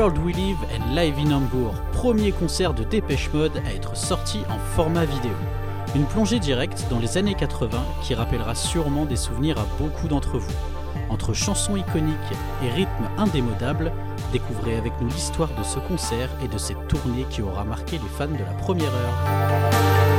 World We Live and Live in Hamburg, premier concert de Dépêche Mode à être sorti en format vidéo. Une plongée directe dans les années 80 qui rappellera sûrement des souvenirs à beaucoup d'entre vous. Entre chansons iconiques et rythmes indémodables, découvrez avec nous l'histoire de ce concert et de cette tournée qui aura marqué les fans de la première heure.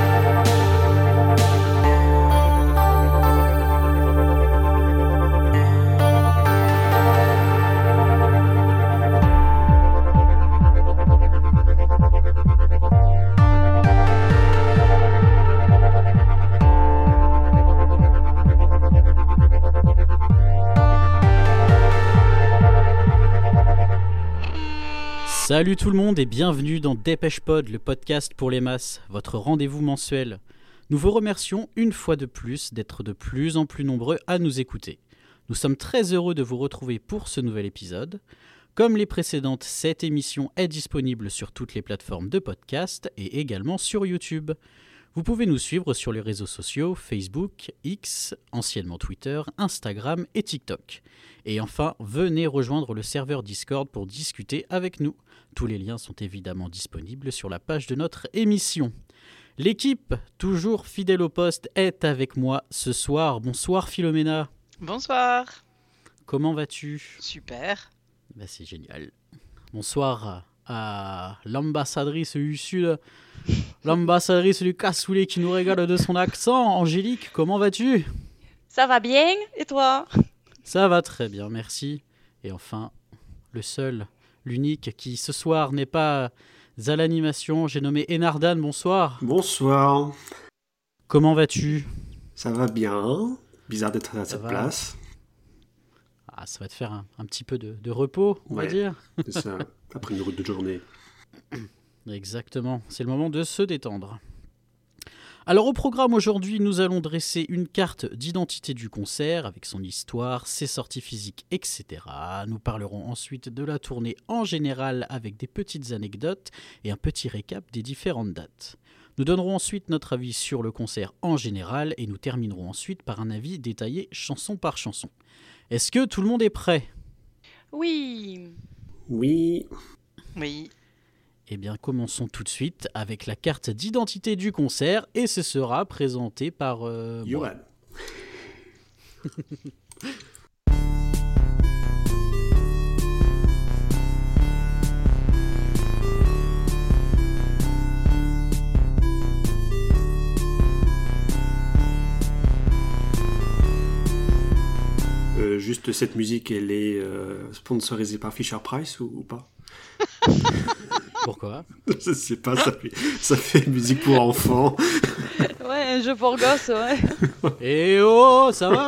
Salut tout le monde et bienvenue dans Dépêche Pod, le podcast pour les masses, votre rendez-vous mensuel. Nous vous remercions une fois de plus d'être de plus en plus nombreux à nous écouter. Nous sommes très heureux de vous retrouver pour ce nouvel épisode. Comme les précédentes, cette émission est disponible sur toutes les plateformes de podcast et également sur YouTube. Vous pouvez nous suivre sur les réseaux sociaux Facebook, X, anciennement Twitter, Instagram et TikTok. Et enfin, venez rejoindre le serveur Discord pour discuter avec nous. Tous les liens sont évidemment disponibles sur la page de notre émission. L'équipe, toujours fidèle au poste, est avec moi ce soir. Bonsoir Philomena. Bonsoir. Comment vas-tu ? Super. Ben, c'est génial. Bonsoir à l'ambassadrice du Sud, l'ambassadrice du cassoulet qui nous régale de son accent. Angélique, comment vas-tu ? Ça va bien, et toi ? Ça va très bien, merci. Et enfin, le seul, l'unique qui ce soir n'est pas à l'animation, j'ai nommé Enardan, bonsoir. Bonsoir. Comment vas-tu ? Ça va bien. Bizarre d'être à cette place. Ah, ça va te faire un petit peu de repos, on va dire. C'est ça, après une route de journée. Exactement, c'est le moment de se détendre. Alors au programme aujourd'hui, nous allons dresser une carte d'identité du concert avec son histoire, ses sorties physiques, etc. Nous parlerons ensuite de la tournée en général avec des petites anecdotes et un petit récap des différentes dates. Nous donnerons ensuite notre avis sur le concert en général et nous terminerons ensuite par un avis détaillé chanson par chanson. Est-ce que tout le monde est prêt ? Oui. Oui. Oui. Eh bien, commençons tout de suite avec la carte d'identité du concert et ce sera présenté par Johan. Juste cette musique, elle est sponsorisée par Fisher-Price ou pas ? Pourquoi ? Je sais pas, ça fait musique pour enfants. Ouais, un jeu pour gosses, ouais. Eh oh, ça va ?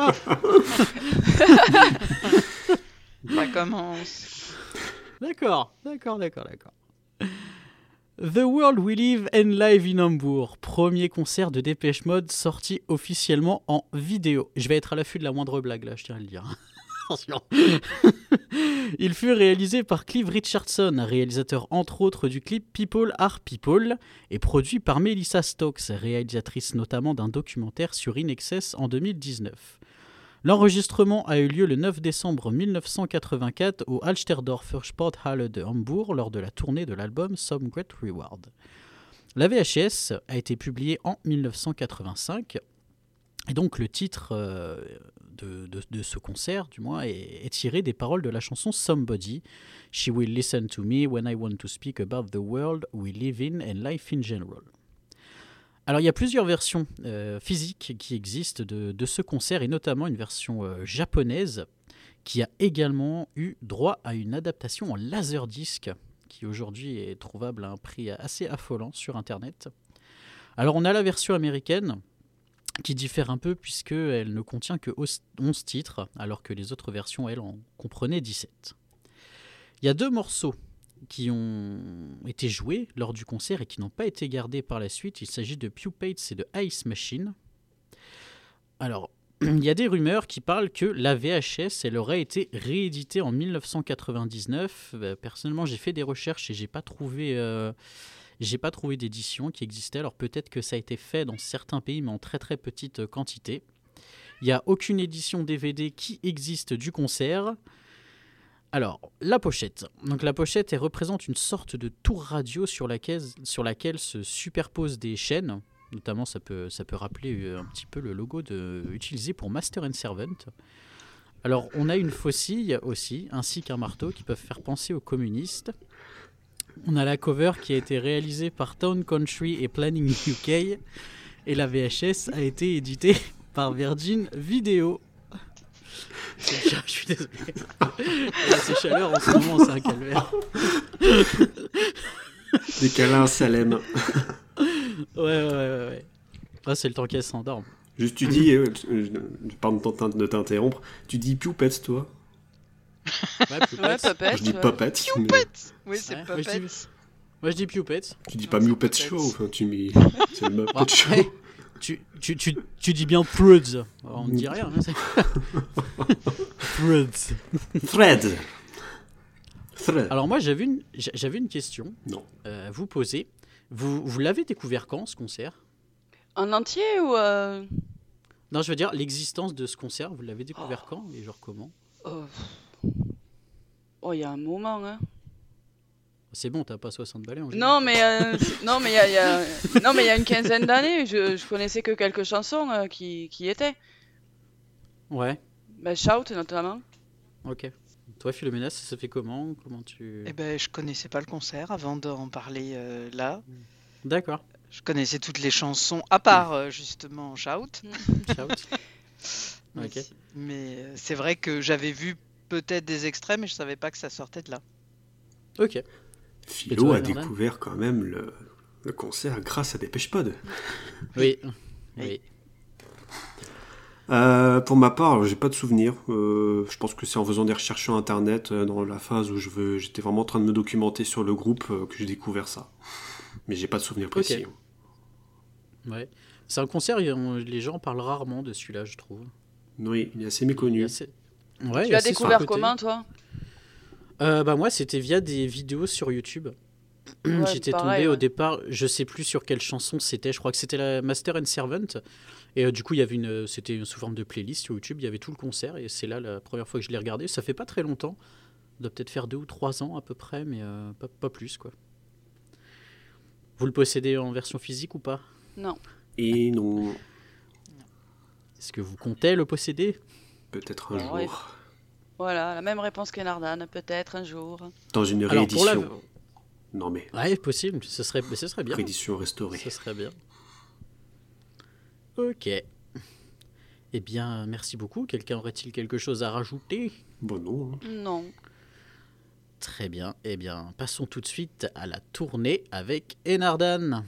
Ça commence. D'accord. The World We Live and Live in Hamburg, premier concert de Dépêche Mode sorti officiellement en vidéo. Je vais être à l'affût de la moindre blague là, je tiens à le dire. Attention. Il fut réalisé par Clive Richardson, réalisateur entre autres du clip People Are People, et produit par Melissa Stokes, réalisatrice notamment d'un documentaire sur In Excess en 2019. L'enregistrement a eu lieu le 9 décembre 1984 au Alsterdorfer Sporthalle de Hambourg lors de la tournée de l'album Some Great Reward. La VHS a été publiée en 1985 et donc le titre de ce concert, du moins, est tiré des paroles de la chanson Somebody. She will listen to me when I want to speak about the world we live in and life in general. Alors il y a plusieurs versions physiques qui existent de ce concert et notamment une version japonaise qui a également eu droit à une adaptation en laserdisc qui aujourd'hui est trouvable à un prix assez affolant sur internet. Alors on a la version américaine qui diffère un peu puisqu'elle ne contient que 11 titres alors que les autres versions, elles, en comprenaient 17. Il y a 2 morceaux qui ont été joués lors du concert et qui n'ont pas été gardés par la suite. Il s'agit de Pupates et de Ice Machine. Alors, il y a des rumeurs qui parlent que la VHS, elle aurait été rééditée en 1999. Personnellement, j'ai fait des recherches et j'ai pas trouvé d'édition qui existait. Alors peut-être que ça a été fait dans certains pays, mais en très très petite quantité. Il n'y a aucune édition DVD qui existe du concert. Alors, la pochette. Donc la pochette, elle représente une sorte de tour radio sur laquelle se superposent des chaînes. Notamment, ça peut rappeler un petit peu le logo utilisé pour Master and Servant. Alors, on a une faucille aussi, ainsi qu'un marteau qui peuvent faire penser aux communistes. On a la cover qui a été réalisée par Town Country et Planning UK. Et la VHS a été éditée par Virgin Video. Je suis désolé. Ces chaleurs en ce moment, c'est un calvaire. Des câlins à Salem. Ouais. Ah, c'est le temps qu'elle s'endorme. Juste, tu dis, pardon de t'interrompre, tu dis Puppets, toi? Ouais, Ouais, Puppet. Je dis Puppets. mais Oui, c'est Ouais, Puppet. moi je dis Puppets. tu dis pas Non, c'est Muppet Puppets. Show, enfin, c'est le Ah, Muppet Show. hey, tu dis bien Pruds. On ne dit rien. Hein, Pruds. Thread. Alors moi j'avais une question Non. à vous poser. Vous l'avez découvert quand, ce concert? En entier ou Non, je veux dire l'existence de ce concert. Vous l'avez découvert quand et genre comment? Oh, il y a un moment, hein. C'est bon, t'as pas 60 balais en Non, mais non, mais il y a une quinzaine d'années, je connaissais que quelques chansons qui étaient. Ouais, Shout notamment. ok. Toi, Philomena, ça fait comment? Comment tu... Eh ben, je connaissais pas le concert avant d'en parler là. D'accord. Je connaissais toutes les chansons, à part justement Shout. Shout. Mais, Ok. c'est vrai que j'avais vu peut-être des extraits, mais je savais pas que ça sortait de là. Ok. Et Philo toi, a Jordan? découvert quand même le concert grâce à Dépêche Mode. Oui. Oui. Pour ma part, j'ai pas de souvenir. Je pense que c'est en faisant des recherches sur internet, dans la phase où j'étais vraiment en train de me documenter sur le groupe, que j'ai découvert ça. Mais j'ai pas de souvenir précis. Ouais. C'est un concert, les gens parlent rarement de celui-là, je trouve. Oui, il est assez Il est méconnu. assez- Ouais, il Tu est l'as assez découvert sous-coté. comment, toi? Bah moi, c'était via des vidéos sur YouTube. Ouais, J'étais pareil, tombé au ouais. départ, je sais plus sur quelle chanson c'était, je crois que c'était la Master and Servant. Et du coup, il y avait c'était sous forme de playlist sur YouTube, il y avait tout le concert, et c'est là la première fois que je l'ai regardé. Ça fait pas très longtemps, ça doit peut-être faire 2 ou 3 ans à peu près, mais pas plus, quoi. Vous le possédez en version physique ou pas? Non. Et non, Est-ce que vous comptez le posséder? peut-être un Ouais. jour. Voilà, la même réponse que Nardan, peut-être un jour. Dans une Alors, pour réédition. la... Non mais, Ouais, possible, ce serait bien. réédition restaurée. Ce serait bien. Ok. Eh bien, merci beaucoup. Quelqu'un aurait-il quelque chose à rajouter? Bon non. Hein. Non. Très bien. Eh bien, passons tout de suite à la tournée avec Enardan.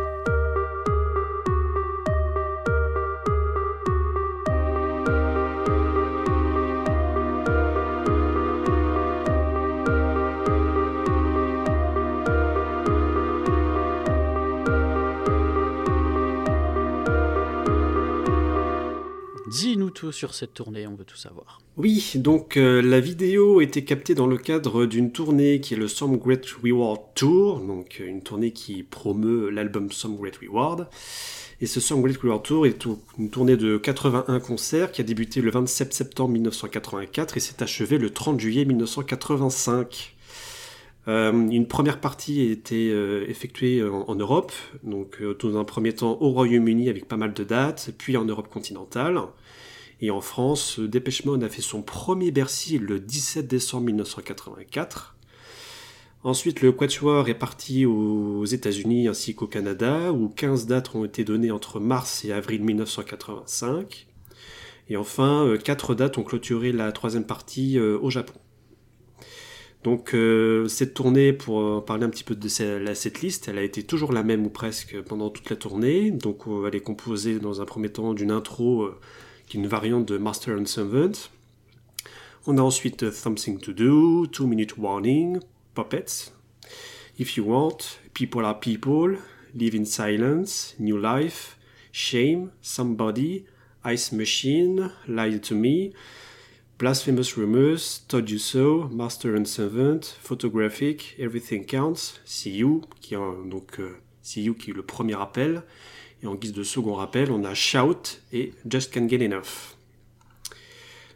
Dis-nous tout sur cette tournée, on veut tout savoir. Oui, donc la vidéo était captée dans le cadre d'une tournée qui est le Some Great Reward Tour, donc une tournée qui promeut l'album Some Great Reward. Et ce Some Great Reward Tour est une tournée de 81 concerts qui a débuté le 27 septembre 1984 et s'est achevée le 30 juillet 1985. Une première partie a été effectuée en Europe, donc dans un premier temps au Royaume-Uni avec pas mal de dates, puis en Europe continentale. Et en France, Depeche Mode a fait son premier Bercy le 17 décembre 1984. Ensuite, le Quatuor est parti aux États-Unis ainsi qu'au Canada, où 15 dates ont été données entre mars et avril 1985. Et enfin, 4 dates ont clôturé la troisième partie au Japon. Donc cette tournée, pour parler un petit peu de la setlist, elle a été toujours la même ou presque pendant toute la tournée. Donc elle est composée dans un premier temps d'une intro qui est une variante de Master and Servant. On a ensuite Something to Do, 2 Minute Warning, Puppets, If You Want, People Are People, Live in Silence, New Life, Shame, Somebody, Ice Machine, Lie to Me, Blasphemous Rumors, Told You So, Master and Servant, Photographic, Everything Counts, See You, qui est le premier rappel. Et en guise de second rappel, on a Shout et Just Can't Get Enough.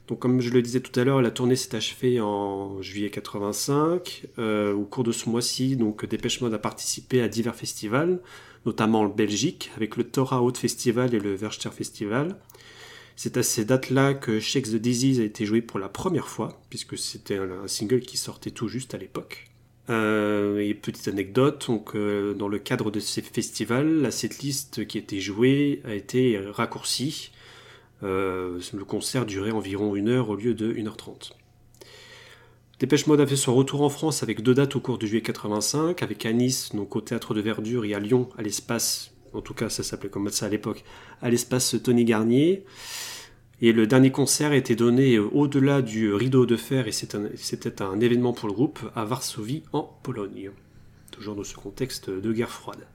Donc comme je le disais tout à l'heure, la tournée s'est achevée en juillet 85. Au cours de ce mois-ci, donc Depeche Mode a participé à divers festivals, notamment en Belgique, avec le Tora Out Festival et le Werchter Festival. C'est à ces dates-là que Shake the Disease a été joué pour la première fois, puisque c'était un single qui sortait tout juste à l'époque. Et petite anecdote, donc, dans le cadre de ces festivals, la setlist qui était jouée a été raccourcie. Le concert durait environ 1 heure au lieu de 1h30. Depeche Mode a fait son retour en France avec 2 dates au cours de juillet 85, avec à Nice, donc au Théâtre de Verdure, et à Lyon, à l'espace, en tout cas ça s'appelait comme ça à l'époque, à l'espace Tony Garnier. Et le dernier concert a été donné au-delà du rideau de fer, et c'était un événement pour le groupe, à Varsovie, en Pologne. Toujours dans ce contexte de guerre froide.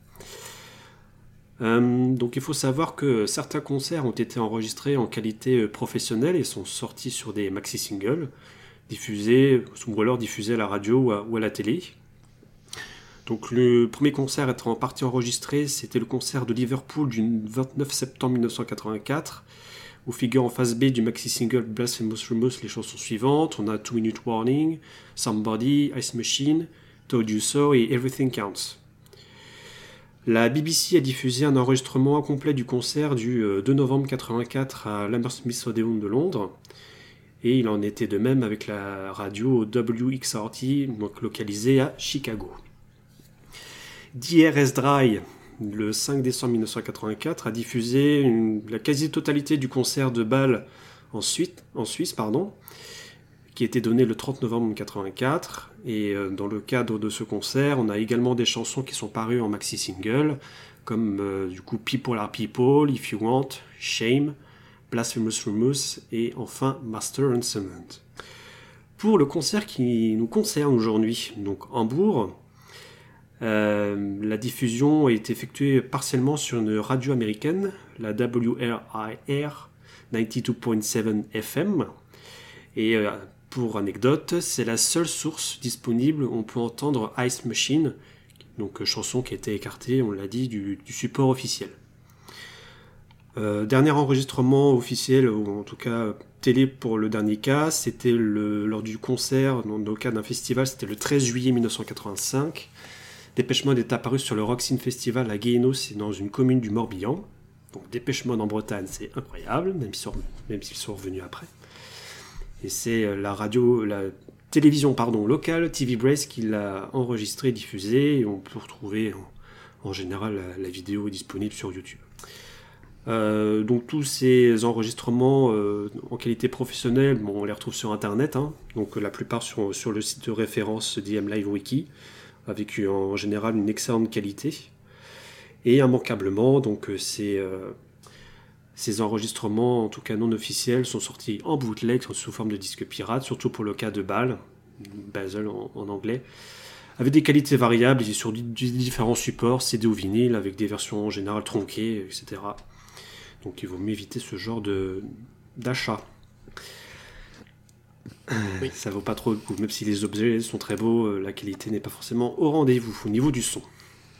Donc il faut savoir que certains concerts ont été enregistrés en qualité professionnelle et sont sortis sur des maxi-singles, diffusés à la radio ou à la télé. Donc le premier concert à être en partie enregistré, c'était le concert de Liverpool du 29 septembre 1984, où figurent en face B du maxi-single Blasphemous Rumors les chansons suivantes. On a 2 Minute Warning, Somebody, Ice Machine, Told You So et Everything Counts. La BBC a diffusé un enregistrement complet du concert du 2 novembre 1984 à l'Hammersmith Odeon de Londres, et il en était de même avec la radio WXRT, donc localisée à Chicago. DRS Dry, le 5 décembre 1984, a diffusé la quasi-totalité du concert de Bâle en Suisse, qui était donné le 30 novembre 1984. Et dans le cadre de ce concert, on a également des chansons qui sont parues en maxi-single, comme du coup People Are People, If You Want, Shame, Blasphemous Rumors et enfin Master and Servant. Pour le concert qui nous concerne aujourd'hui, donc Hambourg, la diffusion est effectuée partiellement sur une radio américaine, la WRIR 92.7 FM, et pour anecdote, c'est la seule source disponible où on peut entendre Ice Machine, donc chanson qui a été écartée, on l'a dit, du support officiel. Dernier enregistrement officiel, ou en tout cas télé pour le dernier cas, c'était lors du concert, dans le cadre d'un festival, c'était le 13 juillet 1985. Depeche Mode est apparu sur le Rock Scene Festival à Guéhénos, c'est dans une commune du Morbihan. Donc Depeche Mode en Bretagne, c'est incroyable, même s'ils sont revenus après. Et c'est la télévision locale, TV Brace, qui l'a enregistré et diffusé. Et on peut retrouver en général la vidéo est disponible sur YouTube. Donc tous ces enregistrements en qualité professionnelle, on les retrouve sur internet, donc la plupart sur le site de référence DM Live Wiki, avec en général une excellente qualité. Et immanquablement, donc ces enregistrements, en tout cas non officiels, sont sortis en bootleg sous forme de disques pirates, surtout pour le cas de Basel en anglais, avec des qualités variables et sur différents supports, CD ou vinyle, avec des versions en général tronquées, etc. Donc il vaut mieux éviter ce genre d'achat. Oui. Ça vaut pas trop le coup, même si les objets sont très beaux, la qualité n'est pas forcément au rendez-vous au niveau du son.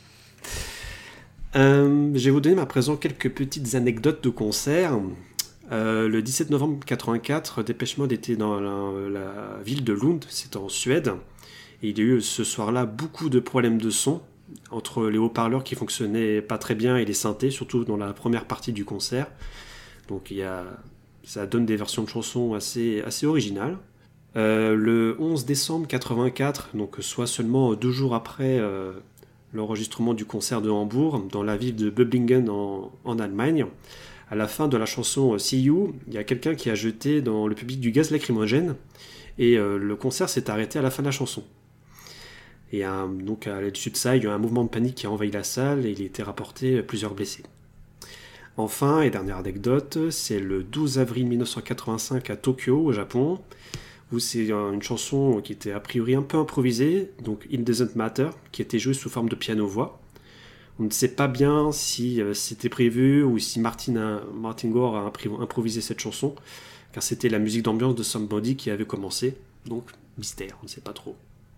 Je vais vous donner à présent quelques petites anecdotes de concert. Le 17 novembre 1984, Depeche Mode était dans la ville de Lund, c'était en Suède, et il y a eu ce soir-là beaucoup de problèmes de son entre les haut-parleurs qui fonctionnaient pas très bien et les synthés, surtout dans la première partie du concert. Donc ça donne des versions de chansons assez originales. Le 11 décembre 1984, donc soit seulement 2 jours après l'enregistrement du concert de Hambourg, dans la ville de Böblingen en Allemagne, à la fin de la chanson See You, il y a quelqu'un qui a jeté dans le public du gaz lacrymogène, et le concert s'est arrêté à la fin de la chanson. Et donc à l'issue de ça, il y a eu un mouvement de panique qui a envahi la salle, et il a été rapporté plusieurs blessés. Enfin, et dernière anecdote, c'est le 12 avril 1985 à Tokyo, au Japon, où c'est une chanson qui était a priori un peu improvisée, donc It Doesn't Matter, qui était jouée sous forme de piano-voix. On ne sait pas bien si c'était prévu ou si Martin Gore a improvisé cette chanson, car c'était la musique d'ambiance de Somebody qui avait commencé, donc mystère, on ne sait pas trop.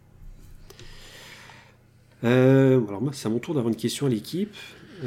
Alors moi, c'est à mon tour d'avoir une question à l'équipe.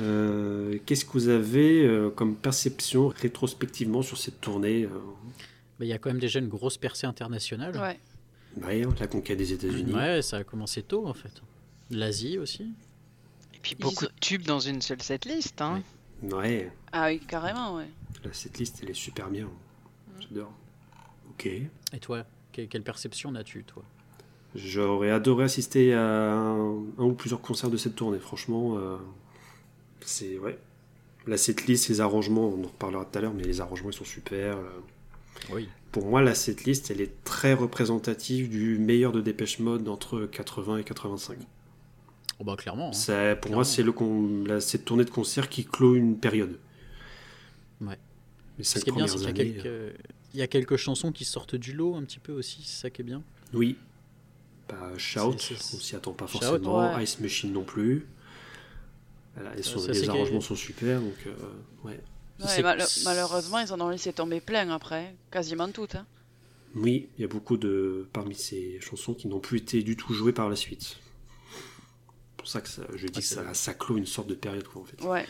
Qu'est-ce que vous avez comme perception rétrospectivement sur cette tournée Mais il y a quand même déjà une grosse percée internationale. Ouais. Ouais, la conquête des États-Unis. Ouais, ça a commencé tôt en fait. L'Asie aussi. Et puis beaucoup de tubes dans une seule setlist. Hein. Ouais, Ah oui, carrément, ouais. là, cette liste, elle est super bien. J'adore. Ok. Et toi, quelle perception as-tu, toi? J'aurais adoré assister à un ou plusieurs concerts de cette tournée. Franchement, c'est... Ouais. La setlist, les arrangements, on en reparlera tout à l'heure, mais les arrangements, ils sont super. Oui. Pour moi, la setlist, elle est très représentative du meilleur de Depeche Mode entre 80 et 85. Oh bah clairement. Hein. Pour moi, c'est cette tournée de concert qui clôt une période. Ouais. Les Ce 5 qui est bien, premières c'est qu'il années. y a quelques chansons qui sortent du lot un petit peu aussi, c'est ça qui est bien. Oui. Bah, Shout, C'est- on s'y attend pas Shout, forcément. ouais. Ice Machine non plus. Voilà, Ça, les c'est arrangements sont super, donc ouais. Ouais, C'est- malheureusement, ils en ont laissé tomber plein après, quasiment toutes. Hein. Oui, il y a beaucoup parmi ces chansons qui n'ont plus été du tout jouées par la suite. C'est pour ça que je dis que ça clôt une sorte de période, quoi, en fait. Ouais.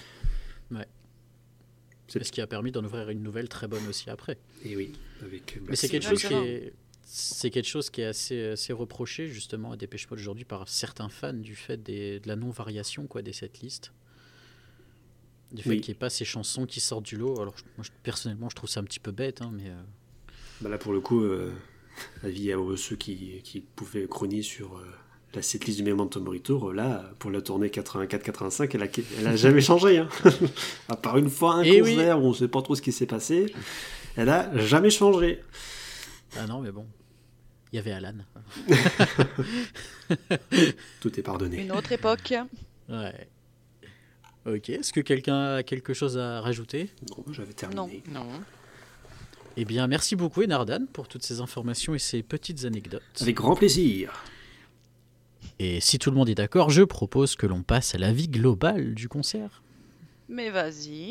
C'est ce qui a permis d'en ouvrir une nouvelle très bonne aussi après. Et oui, avec Black Mais c'est quelque Sabbath. chose qui est assez reproché justement à Depeche Mode aujourd'hui par certains fans du fait de la non-variation quoi, des setlists. Du fait Oui. qu'il n'y ait pas ces chansons qui sortent du lot. Alors moi, personnellement, je trouve ça un petit peu bête, hein, mais Bah là, pour le coup, avis à ceux qui pouvaient grogner sur la setlist du Memento Mori Tour, là, pour la tournée 84-85, elle a jamais changé. Hein. À part une fois un Et concert où on sait pas trop ce qui s'est passé, elle a jamais changé. ah non, mais bon, il y avait Alan. Tout est pardonné. Une autre époque. Ouais. Ok. Est-ce que quelqu'un a quelque chose à rajouter? Non, j'avais terminé. Non. Eh bien, merci beaucoup Enardan pour toutes ces informations et ces petites anecdotes. Avec grand plaisir. Et si tout le monde est d'accord, je propose que l'on passe à l'avis global du concert. Mais vas-y.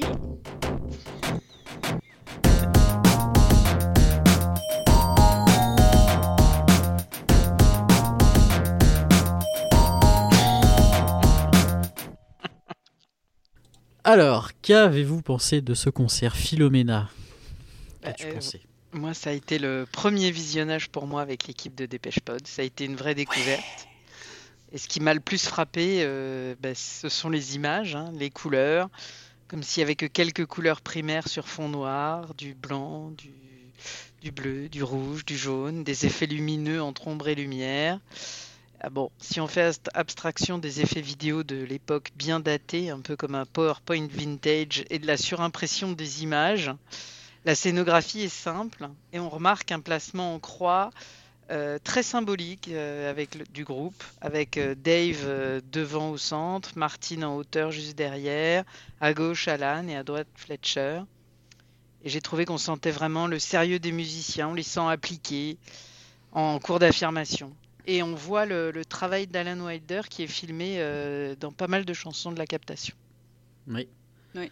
Alors, qu'avez-vous pensé de ce concert Philomena? Qu'as-tu pensé? Moi, ça a été le premier visionnage pour moi avec l'équipe de Dépêche Pod. Ça a été une vraie découverte. Et ce qui m'a le plus frappé, ce sont les images, hein, les couleurs. Comme s'il n'y avait que quelques couleurs primaires sur fond noir, du blanc, du bleu, du rouge, du jaune, des effets lumineux entre ombre et lumière. Ah bon, si on fait abstraction des effets vidéo de l'époque bien datée, un peu comme un PowerPoint vintage, et de la surimpression des images, la scénographie est simple et on remarque un placement en croix très symbolique du groupe, avec Dave devant au centre, Martin en hauteur juste derrière, à gauche Alan et à droite Fletcher. Et j'ai trouvé qu'on sentait vraiment le sérieux des musiciens, on les sent appliqués en cours d'affirmation. Et on voit le travail d'Alan Wilder qui est filmé dans pas mal de chansons de la captation. Oui. Oui.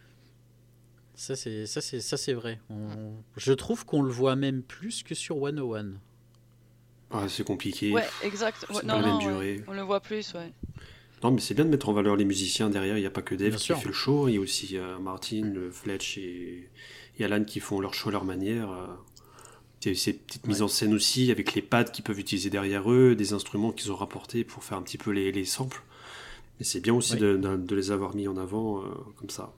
Ça c'est vrai. Je trouve qu'on le voit même plus que sur 101. Ah, c'est compliqué. Ouais, exact. C'est Ouais, pas non, la même non, durée. ouais. On le voit plus, ouais. Non, mais c'est bien de mettre en valeur les musiciens derrière. Il n'y a pas que Dave Bien qui sûr. fait le show. Il y a aussi Martin, Fletch et Alan qui font leur show à leur manière. Il y a ces petites mises en scène aussi, avec les pads qu'ils peuvent utiliser derrière eux, des instruments qu'ils ont rapportés pour faire un petit peu les samples. Et c'est bien aussi Oui. de les avoir mis en avant comme ça.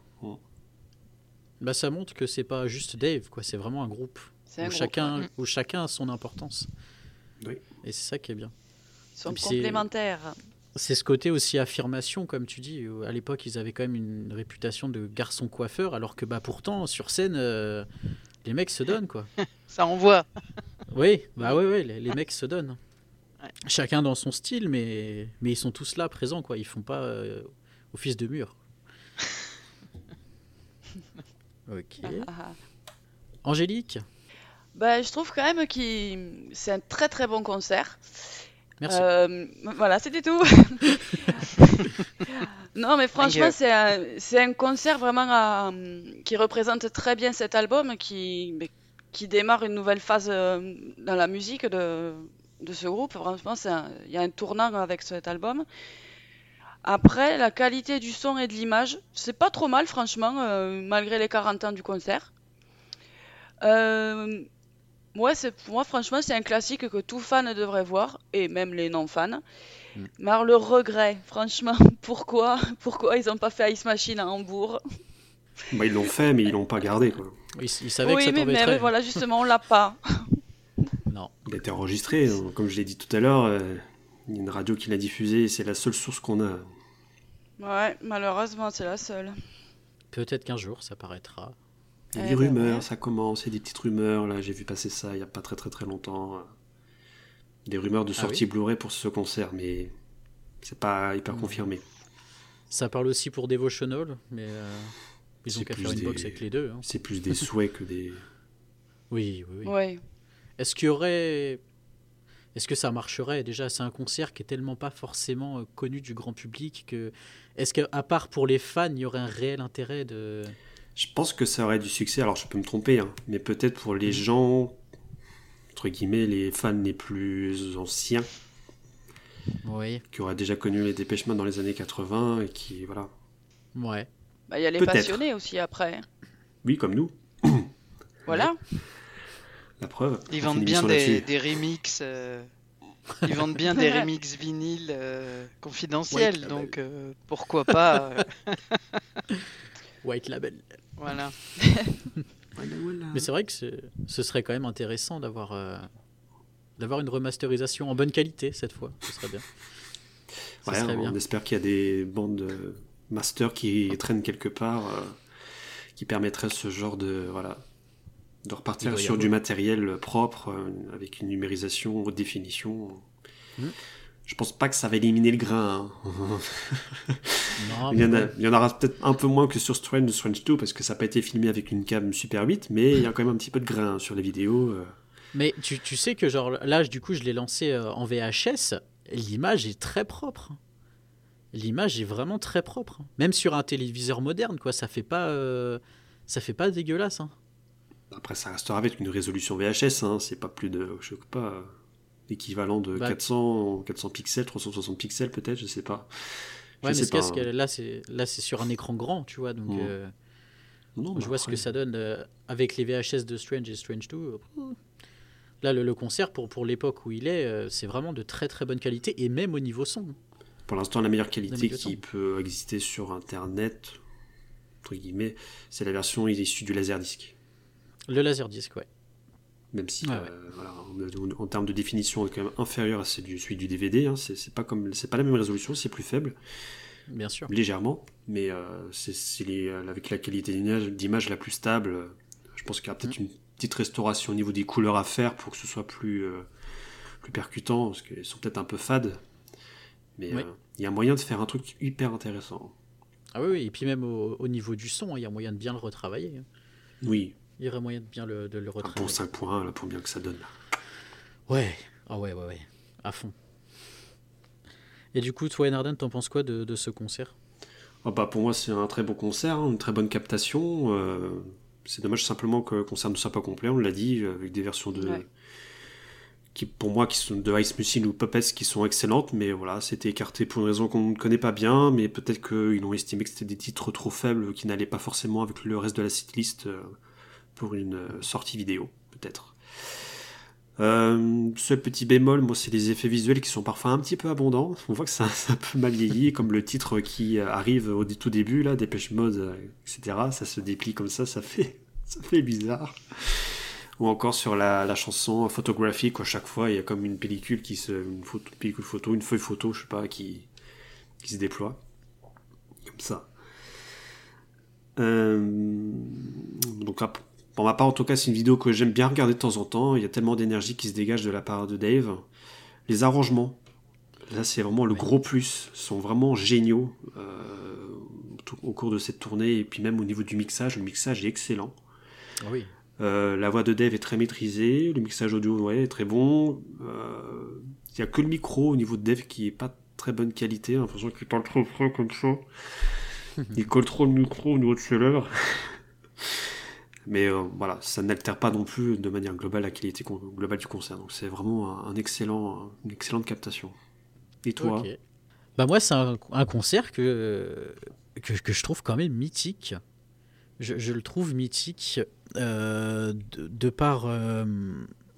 Bah, ça montre que c'est pas juste Dave, quoi. C'est vraiment un groupe C'est un où groupe, ouais. où chacun a son importance. Oui. Et c'est ça qui est bien. Ils sont Et puis complémentaires. C'est ce côté aussi affirmation, comme tu dis. À l'époque, ils avaient quand même une réputation de garçons coiffeurs, alors que bah pourtant sur scène, les mecs se donnent, quoi. Ça envoie. Oui, bah oui, les mecs se donnent. Ouais. Chacun dans son style, mais ils sont tous là, présents, quoi. Ils font pas office de mur. Ok. Angélique, Bah, je trouve quand même que c'est un très très bon concert. merci. Voilà, c'était tout. Non, mais franchement, c'est un concert vraiment qui représente très bien cet album, qui démarre une nouvelle phase dans la musique de ce groupe. Franchement, il y a un tournant avec cet album. Après, la qualité du son et de l'image, c'est pas trop mal, franchement, malgré les 40 ans du concert. Moi, franchement, c'est un classique que tout fan devrait voir, et même les non-fans. Mm. Mais alors, le regret, franchement, pourquoi ils n'ont pas fait Ice Machine à Hambourg? Bah, ils l'ont fait, mais ils l'ont pas gardé, quoi. Il savait que Oui, ça mais t'embêterait. voilà, justement, on l'a pas. Non. Il a été enregistré, hein. Comme je l'ai dit tout à l'heure, il y a une radio qui l'a diffusé, et c'est la seule source qu'on a. Ouais, malheureusement, c'est la seule. Peut-être qu'un jour, ça paraîtra. Il y a Eh des ben rumeurs, ouais. ça commence, il y a des petites rumeurs, là j'ai vu passer ça il y a pas très très très longtemps. Des rumeurs de Ah sortie oui. Blu-ray pour ce concert, mais c'est pas hyper confirmé. Ça parle aussi pour Devotional, mais ils ont C'est qu'à plus faire une des- box avec les deux. Hein. C'est plus des souhaits que des... Oui. Ouais. Est-ce qu'il y aurait... Est-ce que ça marcherait? Déjà, c'est un concert qui est tellement pas forcément connu du grand public que... Est-ce qu'à part pour les fans, il y aurait un réel intérêt de... Je pense que ça aurait du succès, alors je peux me tromper, hein, mais peut-être pour les gens, entre guillemets, les fans les plus anciens, Oui. qui auraient déjà connu les Depeche Mode dans les années 80, et qui, voilà. Ouais. Bah, il y a les Peut-être. passionnés aussi après. Oui, comme nous, Voilà. la preuve. Ils On fait vendent une bien émission des, là-dessus. des remix. Ils vendent bien des remix vinyles confidentiels, White donc pourquoi pas. White Label. Voilà. Voilà. Mais c'est vrai que ce serait quand même intéressant d'avoir une remasterisation en bonne qualité cette fois. Ce serait bien. Ce Ouais, serait bien. on espère qu'il y a des bandes master qui traînent quelque part, qui permettraient ce genre de Il repartir doit y sur avoir. du matériel propre, avec une numérisation haute définition. Hmm. Je pense pas que ça va éliminer le grain, hein. Non, Il y mais il y en aura peut-être un peu moins que sur Strange 2 parce que ça n'a pas été filmé avec une cam Super 8, mais il y a quand même un petit peu de grain sur les vidéos. Mais tu sais que genre là, du coup, je l'ai lancé en VHS. L'image est très propre. L'image est vraiment très propre. Même sur un téléviseur moderne, quoi. Ça fait pas dégueulasse. Hein. Après, ça restera avec une résolution VHS, hein. C'est pas plus de, je sais pas, l'équivalent de Bah, 400 pixels, 360 pixels peut-être, je sais pas. Ouais, mais Je sais ce qu'il y a, pas, c'est que hein. là, c'est sur un écran grand, tu vois. Donc, Mm. Non, je vois ce après, que ça donne avec les VHS de Strange et Strange 2. Là, le concert, pour l'époque où il est, c'est vraiment de très très bonne qualité, et même au niveau son. pour l'instant, la meilleure D'un qualité milieu qui son. peut exister sur Internet, entre guillemets, c'est la version issue du Laserdisc. Le Laserdisc, ouais. Même si, Ouais, ouais. voilà, en termes de définition, on est quand même inférieur à celui du DVD. Hein. C'est pas la même résolution, c'est plus faible, Bien sûr. légèrement, mais avec la qualité d'image la plus stable. Je pense qu'il y aura peut-être une petite restauration au niveau des couleurs à faire pour que ce soit plus percutant, parce qu'elles sont peut-être un peu fades. Mais Oui. il y a moyen de faire un truc hyper intéressant. Ah oui, et puis même au niveau du son, il y a moyen de bien le retravailler. Oui, Il y aurait moyen de bien de le un bon retravailler. 5.1 là, pour bien que ça donne. Ouais, ah ouais, à fond. Et du coup, toi, Enarden, t'en penses quoi de ce concert? Ah bah, pour moi, c'est un très bon concert, hein, une très bonne captation. C'est dommage simplement que le concert ne soit pas complet, on l'a dit, avec des versions Ouais. qui, pour moi, qui sont de Ice Machine ou Puppets qui sont excellentes, mais voilà, c'était écarté pour une raison qu'on ne connaît pas bien, mais peut-être qu'ils ont estimé que c'était des titres trop faibles qui n'allaient pas forcément avec le reste de la setlist pour une sortie vidéo, peut-être. Seul petit bémol, moi, c'est les effets visuels qui sont parfois un petit peu abondants. On voit que ça a un peu mal vieilli, comme le titre qui arrive au tout début, là, Dépêche Mode, etc. Ça se déplie comme ça fait bizarre. Ou encore sur la chanson photographique, où à chaque fois, il y a comme une pellicule pellicule photo, une feuille photo, je sais pas, qui se déploie. Comme ça. Donc, pour ma part, en tout cas, c'est une vidéo que j'aime bien regarder de temps en temps. Il y a tellement d'énergie qui se dégage de la part de Dave. Les arrangements, là, c'est vraiment le gros plus. Sont vraiment géniaux au cours de cette tournée. Et puis même au niveau du mixage, le mixage est excellent. Ah oui. La voix de Dave est très maîtrisée. Le mixage audio est très bon. Il n'y a que le micro au niveau de Dave qui est pas très bonne qualité. J'ai l'impression qu'il parle trop fort comme ça. Il colle trop le micro au niveau de ses lèvres. Mais voilà, ça n'altère pas non plus de manière globale la qualité globale du concert. Donc c'est vraiment une excellente captation. Et toi? Ok. Bah moi, c'est un concert que je trouve quand même mythique. Je le trouve mythique de par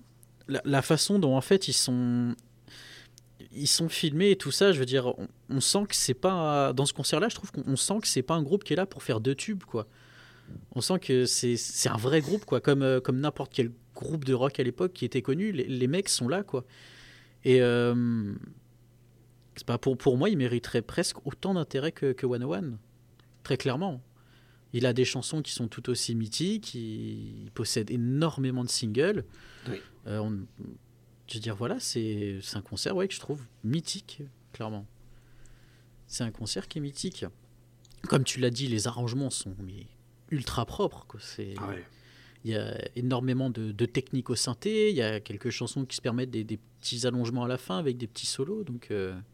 la façon dont en fait ils sont filmés et tout ça, je veux dire, on sent que c'est pas dans ce concert-là, je trouve qu'on sent que c'est pas un groupe qui est là pour faire 2 tubes, quoi. On sent que c'est un vrai groupe, quoi, comme n'importe quel groupe de rock à l'époque qui était connu. Les mecs sont là, quoi. Et c'est pas pour moi, il mériterait presque autant d'intérêt que 101, très clairement. Il a des chansons qui sont tout aussi mythiques, il possède énormément de singles. Oui. Je veux dire, voilà, c'est un concert que je trouve mythique, clairement. C'est un concert qui est mythique. Comme tu l'as dit, les arrangements sont ultra propres, quoi. Il y a énormément de techniques au synthé, il y a quelques chansons qui se permettent des petits allongements à la fin avec des petits solos. Donc,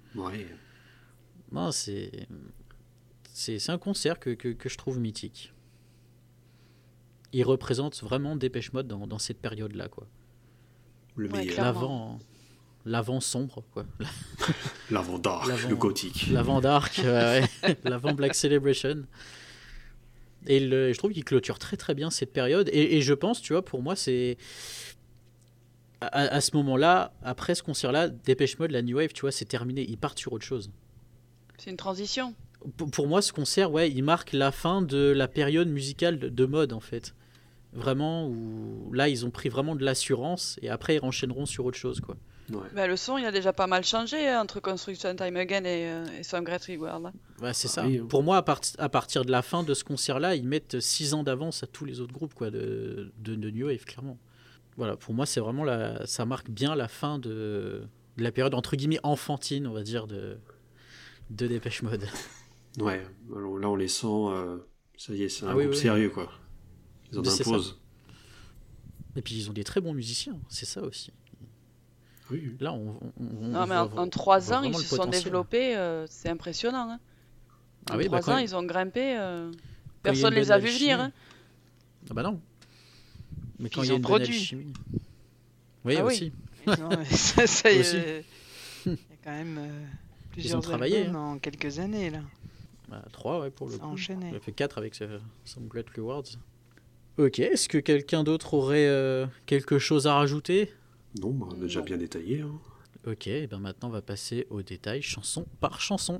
non, c'est un concert que je trouve mythique. Il représente vraiment Depeche Mode dans cette période-là, quoi. Le meilleur. L'avant sombre, quoi. L'avant dark, le gothique. L'avant dark, l'avant Black Celebration. Et je trouve qu'il clôture très très bien cette période. Et je pense, tu vois, pour moi, c'est à ce moment-là, après ce concert-là, Depeche Mode, la New Wave, tu vois, c'est terminé. Ils partent sur autre chose. C'est une transition. Pour moi, ce concert, il marque la fin de la période musicale de mode, en fait. Vraiment, où là, ils ont pris vraiment de l'assurance et après, ils enchaîneront sur autre chose, quoi. Ouais. Bah, le son, il a déjà pas mal changé entre Construction Time Again et Some Great Reward. C'est ça. Oui. Pour moi, à partir de la fin de ce concert-là, ils mettent 6 ans d'avance à tous les autres groupes, quoi, de New Wave, clairement. Voilà, pour moi, c'est vraiment ça marque bien la fin de la période, entre guillemets, enfantine, on va dire, de Depeche Mode. Ouais, alors là, on les sent, ça y est, c'est un groupe sérieux, quoi. Ils en imposent. Et puis, ils ont des très bons musiciens, c'est ça aussi. Oui. Là, on non, mais en 3 ans, ils se sont développés, c'est impressionnant. Hein. En 3 ans, ils ont grimpé. Personne ne les a vus venir. Hein. Ah bah non. Mais quand ils il y a ont une produit. bonne alchimie. Oui, aussi. Non, ça y est. Il y a quand même plusieurs albums en quelques années, là. 3, pour le coup. Enchaîné. Il a fait 4 avec Some Great Rewards. Ok, est-ce que quelqu'un d'autre aurait quelque chose à rajouter ? Non, on a déjà bien détaillé. Hein. Ok, et bien maintenant on va passer aux détails chanson par chanson.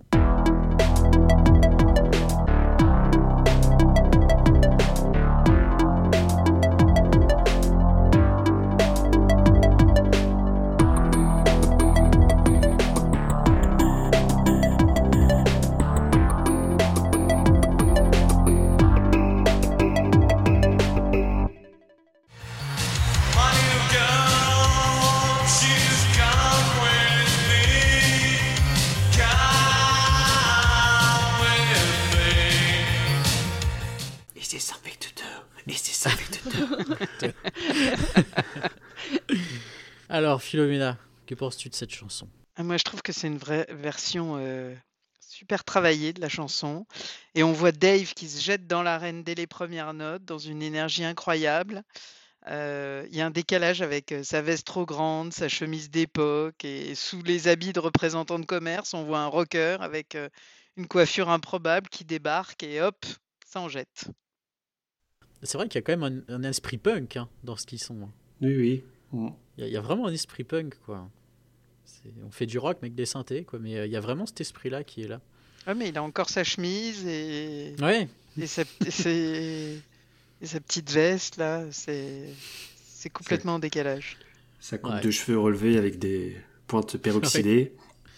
Alors, Philomena, que penses-tu de cette chanson ? Moi, je trouve que c'est une vraie version super travaillée de la chanson. Et on voit Dave qui se jette dans l'arène dès les premières notes, dans une énergie incroyable. Il y a un décalage avec sa veste trop grande, sa chemise d'époque, et sous les habits de représentant de commerce, on voit un rocker avec une coiffure improbable qui débarque et hop, ça en jette. C'est vrai qu'il y a quand même un esprit punk dans ce qu'ils sont. Oui. Il y a vraiment un esprit punk, quoi. On fait du rock mais avec des synthés, quoi. Mais il y a vraiment cet esprit-là qui est là. Ouais, mais il a encore sa chemise et sa petite veste, là. C'est complètement en décalage. Sa coupe de cheveux relevée avec des pointes peroxydées.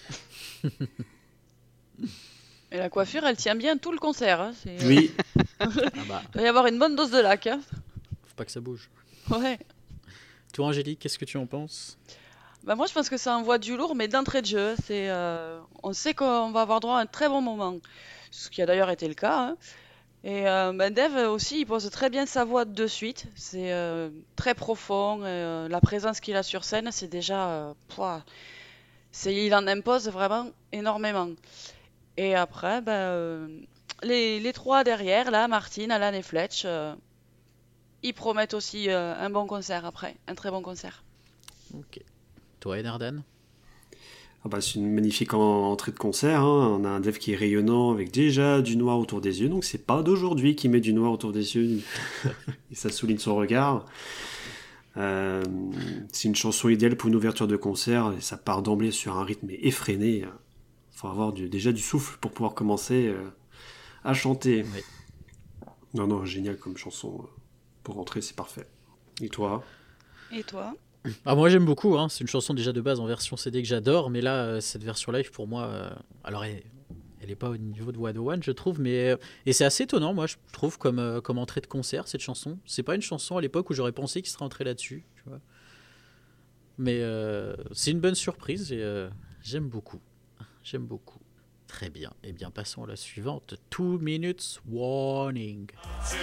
Et la coiffure, elle tient bien tout le concert. Hein. Oui. Il doit y avoir une bonne dose de lac. Hein. Faut pas que ça bouge. Ouais. Toi, Angélique, qu'est-ce que tu en penses ? Moi, je pense que ça envoie du lourd, mais d'entrée de jeu. On sait qu'on va avoir droit à un très bon moment. Ce qui a d'ailleurs été le cas. Hein. Et Dave aussi, il pose très bien sa voix de suite. C'est très profond. La présence qu'il a sur scène, c'est déjà... il en impose vraiment énormément. Et après, les 3 derrière, là, Martin, Alan et Fletch... ils promettent aussi un bon concert après, un très bon concert. Ok. Toi, Enardan ? C'est une magnifique entrée de concert. Hein. On a un Dave qui est rayonnant avec déjà du noir autour des yeux. Donc c'est pas d'aujourd'hui qu'il met du noir autour des yeux. Et ça souligne son regard. C'est une chanson idéale pour une ouverture de concert, et ça part d'emblée sur un rythme effréné. Il faut avoir déjà du souffle pour pouvoir commencer à chanter. Oui. Non, génial comme chanson. Pour rentrer, c'est parfait. Et toi ? Et toi ? Moi j'aime beaucoup, hein. C'est une chanson déjà de base en version CD que j'adore, mais là cette version live pour moi, alors elle est pas au niveau de What One je trouve, mais et c'est assez étonnant moi je trouve comme entrée de concert cette chanson. C'est pas une chanson à l'époque où j'aurais pensé qu'il serait entré là-dessus, tu vois. Mais c'est une bonne surprise et j'aime beaucoup. Très bien. Eh bien passons à la suivante. 2 minutes warning. 2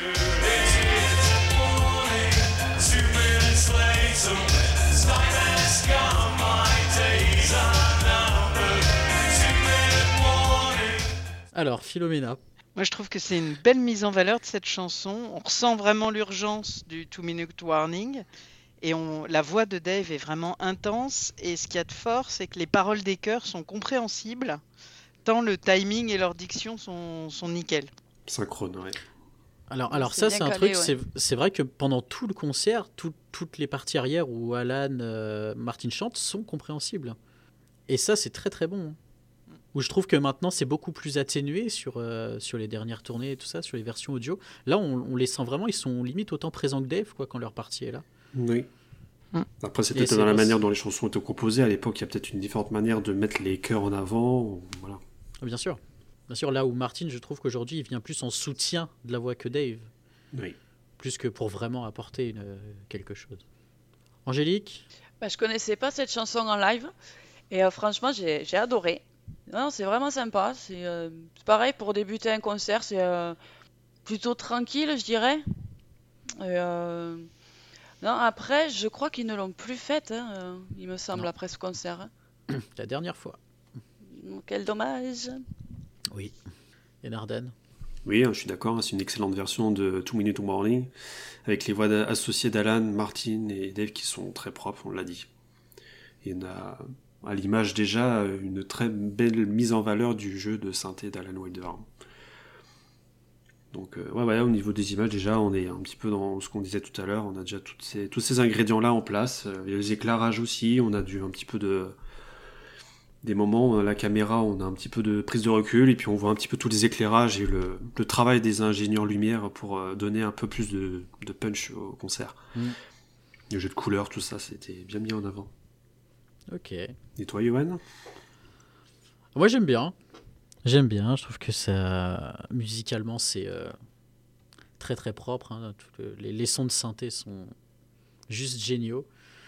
minutes later, time has gone, my days are numbered. 2-minute warning. Alors, Philomena. Moi, je trouve que c'est une belle mise en valeur de cette chanson. On ressent vraiment l'urgence du 2-minute warning. Et la voix de Dave est vraiment intense. Et ce qu'il y a de fort, c'est que les paroles des chœurs sont compréhensibles, tant le timing et leur diction sont nickel. Synchrone, ouais. Alors C'est ça, bien c'est un calé, truc, ouais. c'est vrai que pendant tout le concert, toutes les parties arrière où Alan, Martin chantent sont compréhensibles. Et ça, c'est très très bon. Où je trouve que maintenant, c'est beaucoup plus atténué sur les dernières tournées et tout ça, sur les versions audio. Là, on les sent vraiment, ils sont limite autant présents que Dave, quoi, quand leur partie est là. Oui. Après, c'est Et peut-être c'est dans la aussi- manière dont les chansons étaient composées. À l'époque, il y a peut-être une différente manière de mettre les chœurs en avant. Voilà. Bien sûr. Bien sûr, là où Martin, je trouve qu'aujourd'hui, il vient plus en soutien de la voix que Dave. Oui. Plus que pour vraiment apporter quelque chose. Angélique ? Je connaissais pas cette chanson en live et franchement j'ai adoré. Non, c'est vraiment sympa. C'est pareil pour débuter un concert, c'est plutôt tranquille, je dirais. Et, non, après, je crois qu'ils ne l'ont plus faite, hein, il me semble, Non. après ce concert. Hein. La dernière fois. Quel dommage. Oui. Et Nardan ? Oui, je suis d'accord. C'est une excellente version de 2 Minute Warning avec les voix associées d'Alan, Martin et Dave qui sont très propres, on l'a dit. Et on a à l'image déjà une très belle mise en valeur du jeu de synthé d'Alan Wilder. Donc ouais, au niveau des images déjà on est un petit peu dans ce qu'on disait tout à l'heure, on a déjà tous ces ingrédients là en place, il y a les éclairages aussi, on a un petit peu des moments où la caméra on a un petit peu de prise de recul et puis on voit un petit peu tous les éclairages et le travail des ingénieurs lumière pour donner un peu plus de punch au concert. Le jeu de couleurs, tout ça c'était bien mis en avant. Ok. Et toi Yoann ? Moi j'aime bien, je trouve que ça, musicalement c'est très très propre, hein. Les sons de synthé sont juste géniaux.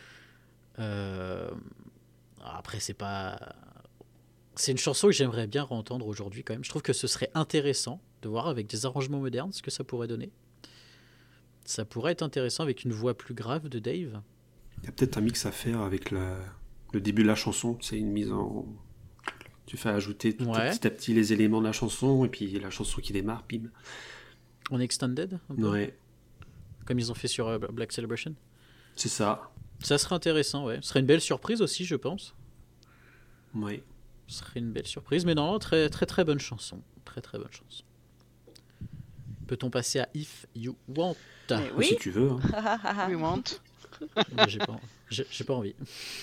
Après c'est une chanson que j'aimerais bien entendre aujourd'hui quand même. Je trouve que ce serait intéressant de voir avec des arrangements modernes ce que ça pourrait donner. Ça pourrait être intéressant avec une voix plus grave de Dave. Il y a peut-être un mix à faire avec le début de la chanson, c'est une mise en... Tu fais ajouter petit à petit les éléments de la chanson, et puis la chanson qui démarre, bim. En extended un peu, Ouais, comme ils ont fait sur Black Celebration. c'est ça. Ça serait intéressant, ouais. Ce serait une belle surprise aussi, je pense. Ouais. Ce serait une belle surprise, mais non, très très très bonne chanson. Très très bonne chanson. Peut-on passer à If You Want ? Mais oui. Si tu veux. Hein. We want. J'ai pas envie.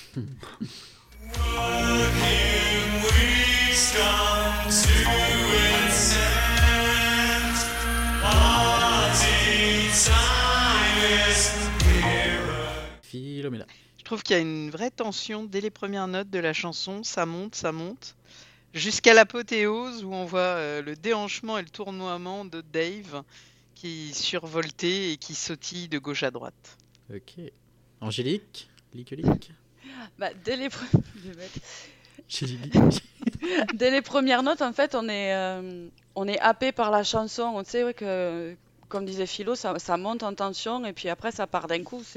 Working weeks come to its end. Party time is here. Philomena. Je trouve qu'il y a une vraie tension dès les premières notes de la chanson. Ça monte, jusqu'à l'apothéose où on voit le déhanchement et le tournoiement de Dave qui survolté et qui sautille de gauche à droite. Ok. Angélique. Lique. Dès les J'ai dit premières notes, en fait, on est happé par la chanson. On sait ouais, que, comme disait Philo, ça monte en tension et puis après ça part d'un coup.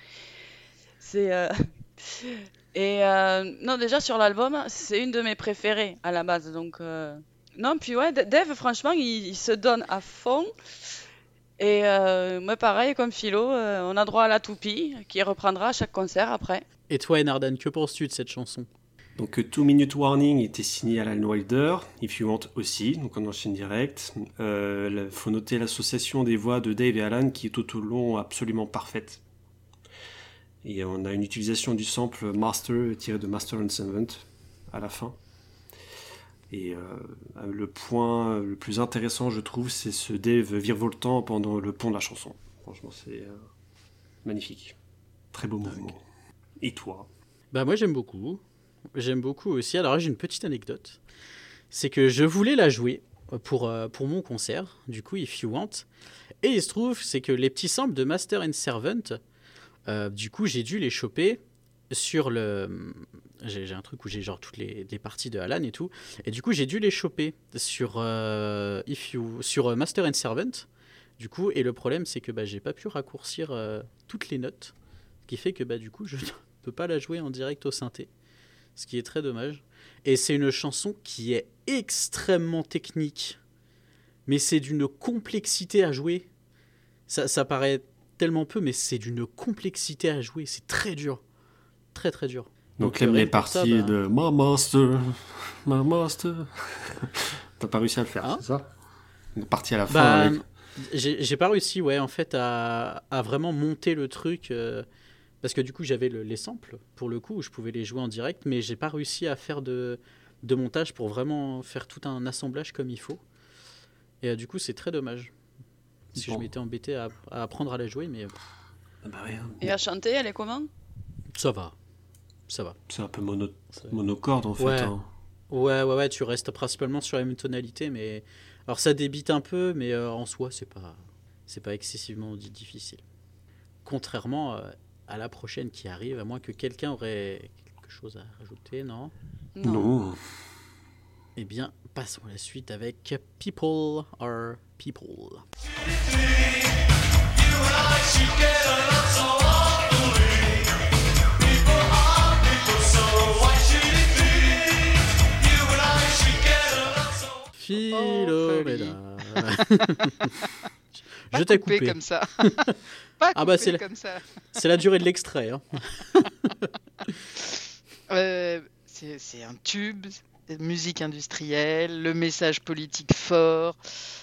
Non, déjà sur l'album, c'est une de mes préférées à la base. Donc, non, puis ouais, Dave, franchement, il se donne à fond. Et moi, pareil, comme Philo, on a droit à la toupie qui reprendra à chaque concert après. Et toi, Nardan, que penses-tu de cette chanson ? Donc 2 Minute Warning était signé Alan Wilder, If You Want aussi, donc on enchaîne direct. Faut noter l'association des voix de Dave et Alan qui est tout au long absolument parfaite. Et on a une utilisation du sample Master tiré de Master and Servant à la fin. Et le point le plus intéressant, je trouve, c'est ce Dave virevoltant pendant le pont de la chanson. Franchement, c'est magnifique. Très beau mouvement. Et toi? Bah moi j'aime beaucoup. J'aime beaucoup aussi. Alors là, j'ai une petite anecdote. C'est que je voulais la jouer pour mon concert, du coup If You Want. Et il se trouve, c'est que les petits samples de Master and Servant, du coup j'ai dû les choper sur le... J'ai un truc où j'ai genre toutes les parties de Alan et tout. Et du coup j'ai dû les choper sur, sur Master and Servant. Du coup, et le problème c'est que j'ai pas pu raccourcir toutes les notes. Ce qui fait que du coup je ne peux pas la jouer en direct au synthé. Ce qui est très dommage. Et c'est une chanson qui est extrêmement technique. Mais c'est d'une complexité à jouer. Ça paraît tellement peu, mais c'est d'une complexité à jouer. C'est très dur. Très très dur. Donc les rien que pour ça, parties de My Master, My Master. T'as pas réussi à le faire, Hein c'est ça? Une partie à la fin avec... j'ai pas réussi, ouais, en fait, à vraiment monter le truc. Parce que du coup, j'avais les samples, pour le coup, où je pouvais les jouer en direct, mais j'ai pas réussi à faire de montage pour vraiment faire tout un assemblage comme il faut. Et du coup, c'est très dommage. Si Bon. je m'étais embêté à apprendre à la jouer, mais Ah bah ouais, Et à chanter, elle est comment? ça va. Ça va. c'est un peu C'est- monocorde en fait. Ouais. Hein. Ouais, tu restes principalement sur la même tonalité, mais... Alors ça débite un peu, mais en soi, c'est pas excessivement difficile. Contrairement à la prochaine qui arrive, à moins que quelqu'un aurait quelque chose à rajouter, non? Non. Eh bien, passons à la suite avec People Are People. Philomena. Pas Je t'ai coupé coupé. comme ça. Pas Ah bah, coupé c'est comme ça. C'est la durée de l'extrait. Hein. C'est un tube, musique industrielle, le message politique fort.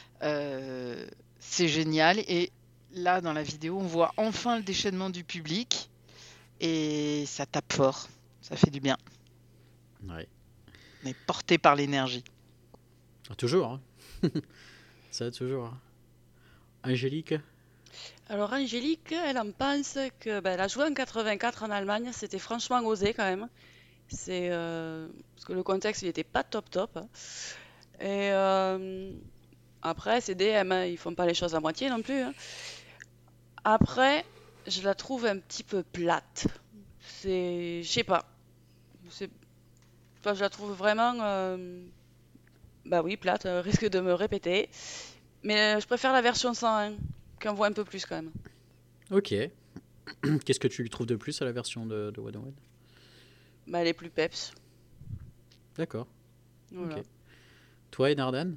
C'est génial. Et là, dans la vidéo, on voit enfin le déchaînement du public. Et ça tape fort. Ça fait du bien. Ouais. On est porté par l'énergie. Ah, toujours. Hein. Ça, toujours. Hein. Angélique? Alors Angélique, elle en pense que elle a joué en 84 en Allemagne, c'était franchement osé quand même. C'est parce que le contexte il était pas top. Hein. Et après c'est DM, hein, ils font pas les choses à moitié non plus. Hein. Après, je la trouve un petit peu plate. Je sais pas. Enfin, je la trouve vraiment, oui, plate. Risque de me répéter. Mais je préfère la version 101, qu'on voit un peu plus quand même. Ok. Qu'est-ce que tu lui trouves de plus à la version de One on One? Elle est plus peps. D'accord. Voilà. Ok. Toi et Nardan?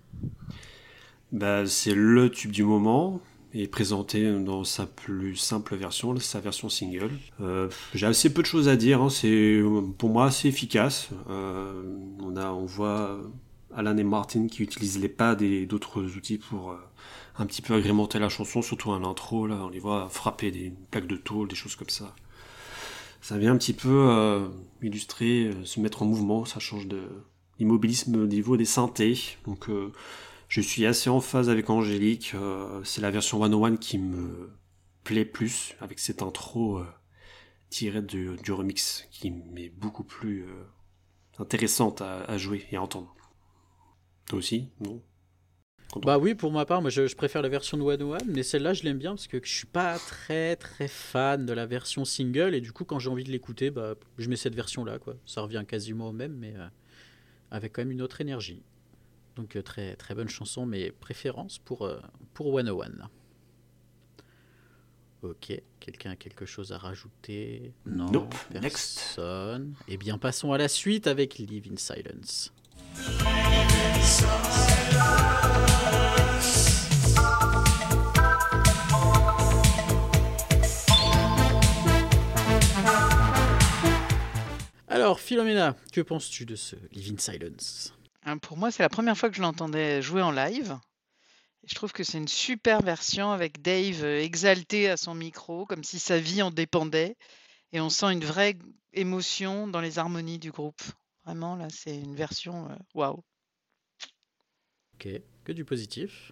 Bah, c'est le tube du moment et présenté dans sa plus simple version, sa version single. J'ai assez peu de choses à dire, hein. C'est pour moi assez efficace. On voit Alan et Martin qui utilisent les pads et d'autres outils pour un petit peu agrémenter la chanson, surtout à l'intro, là, on les voit frapper des plaques de tôle, des choses comme ça. Ça vient un petit peu illustrer, se mettre en mouvement, ça change de l'immobilisme au niveau des synthés. Donc je suis assez en phase avec Angélique, c'est la version 101 qui me plaît plus, avec cette intro tirée du remix, qui m'est beaucoup plus intéressante à jouer et à entendre. Toi aussi, non? Bah oui, pour ma part, moi je préfère la version de One on One, mais celle-là je l'aime bien parce que je suis pas très très fan de la version single et du coup quand j'ai envie de l'écouter, je mets cette version-là, quoi. Ça revient quasiment au même, mais avec quand même une autre énergie. Donc très très bonne chanson, mais préférence pour One on One. Ok, quelqu'un a quelque chose à rajouter? Non, Nope, next. personne. Eh bien passons à la suite avec Live in Silence. Alors, Philomena, que penses-tu de ce Live in Silence? Pour moi, c'est la première fois que je l'entendais jouer en live. Et je trouve que c'est une super version avec Dave exalté à son micro, comme si sa vie en dépendait. Et on sent une vraie émotion dans les harmonies du groupe. Vraiment, là, c'est une version waouh. Ok, que du positif.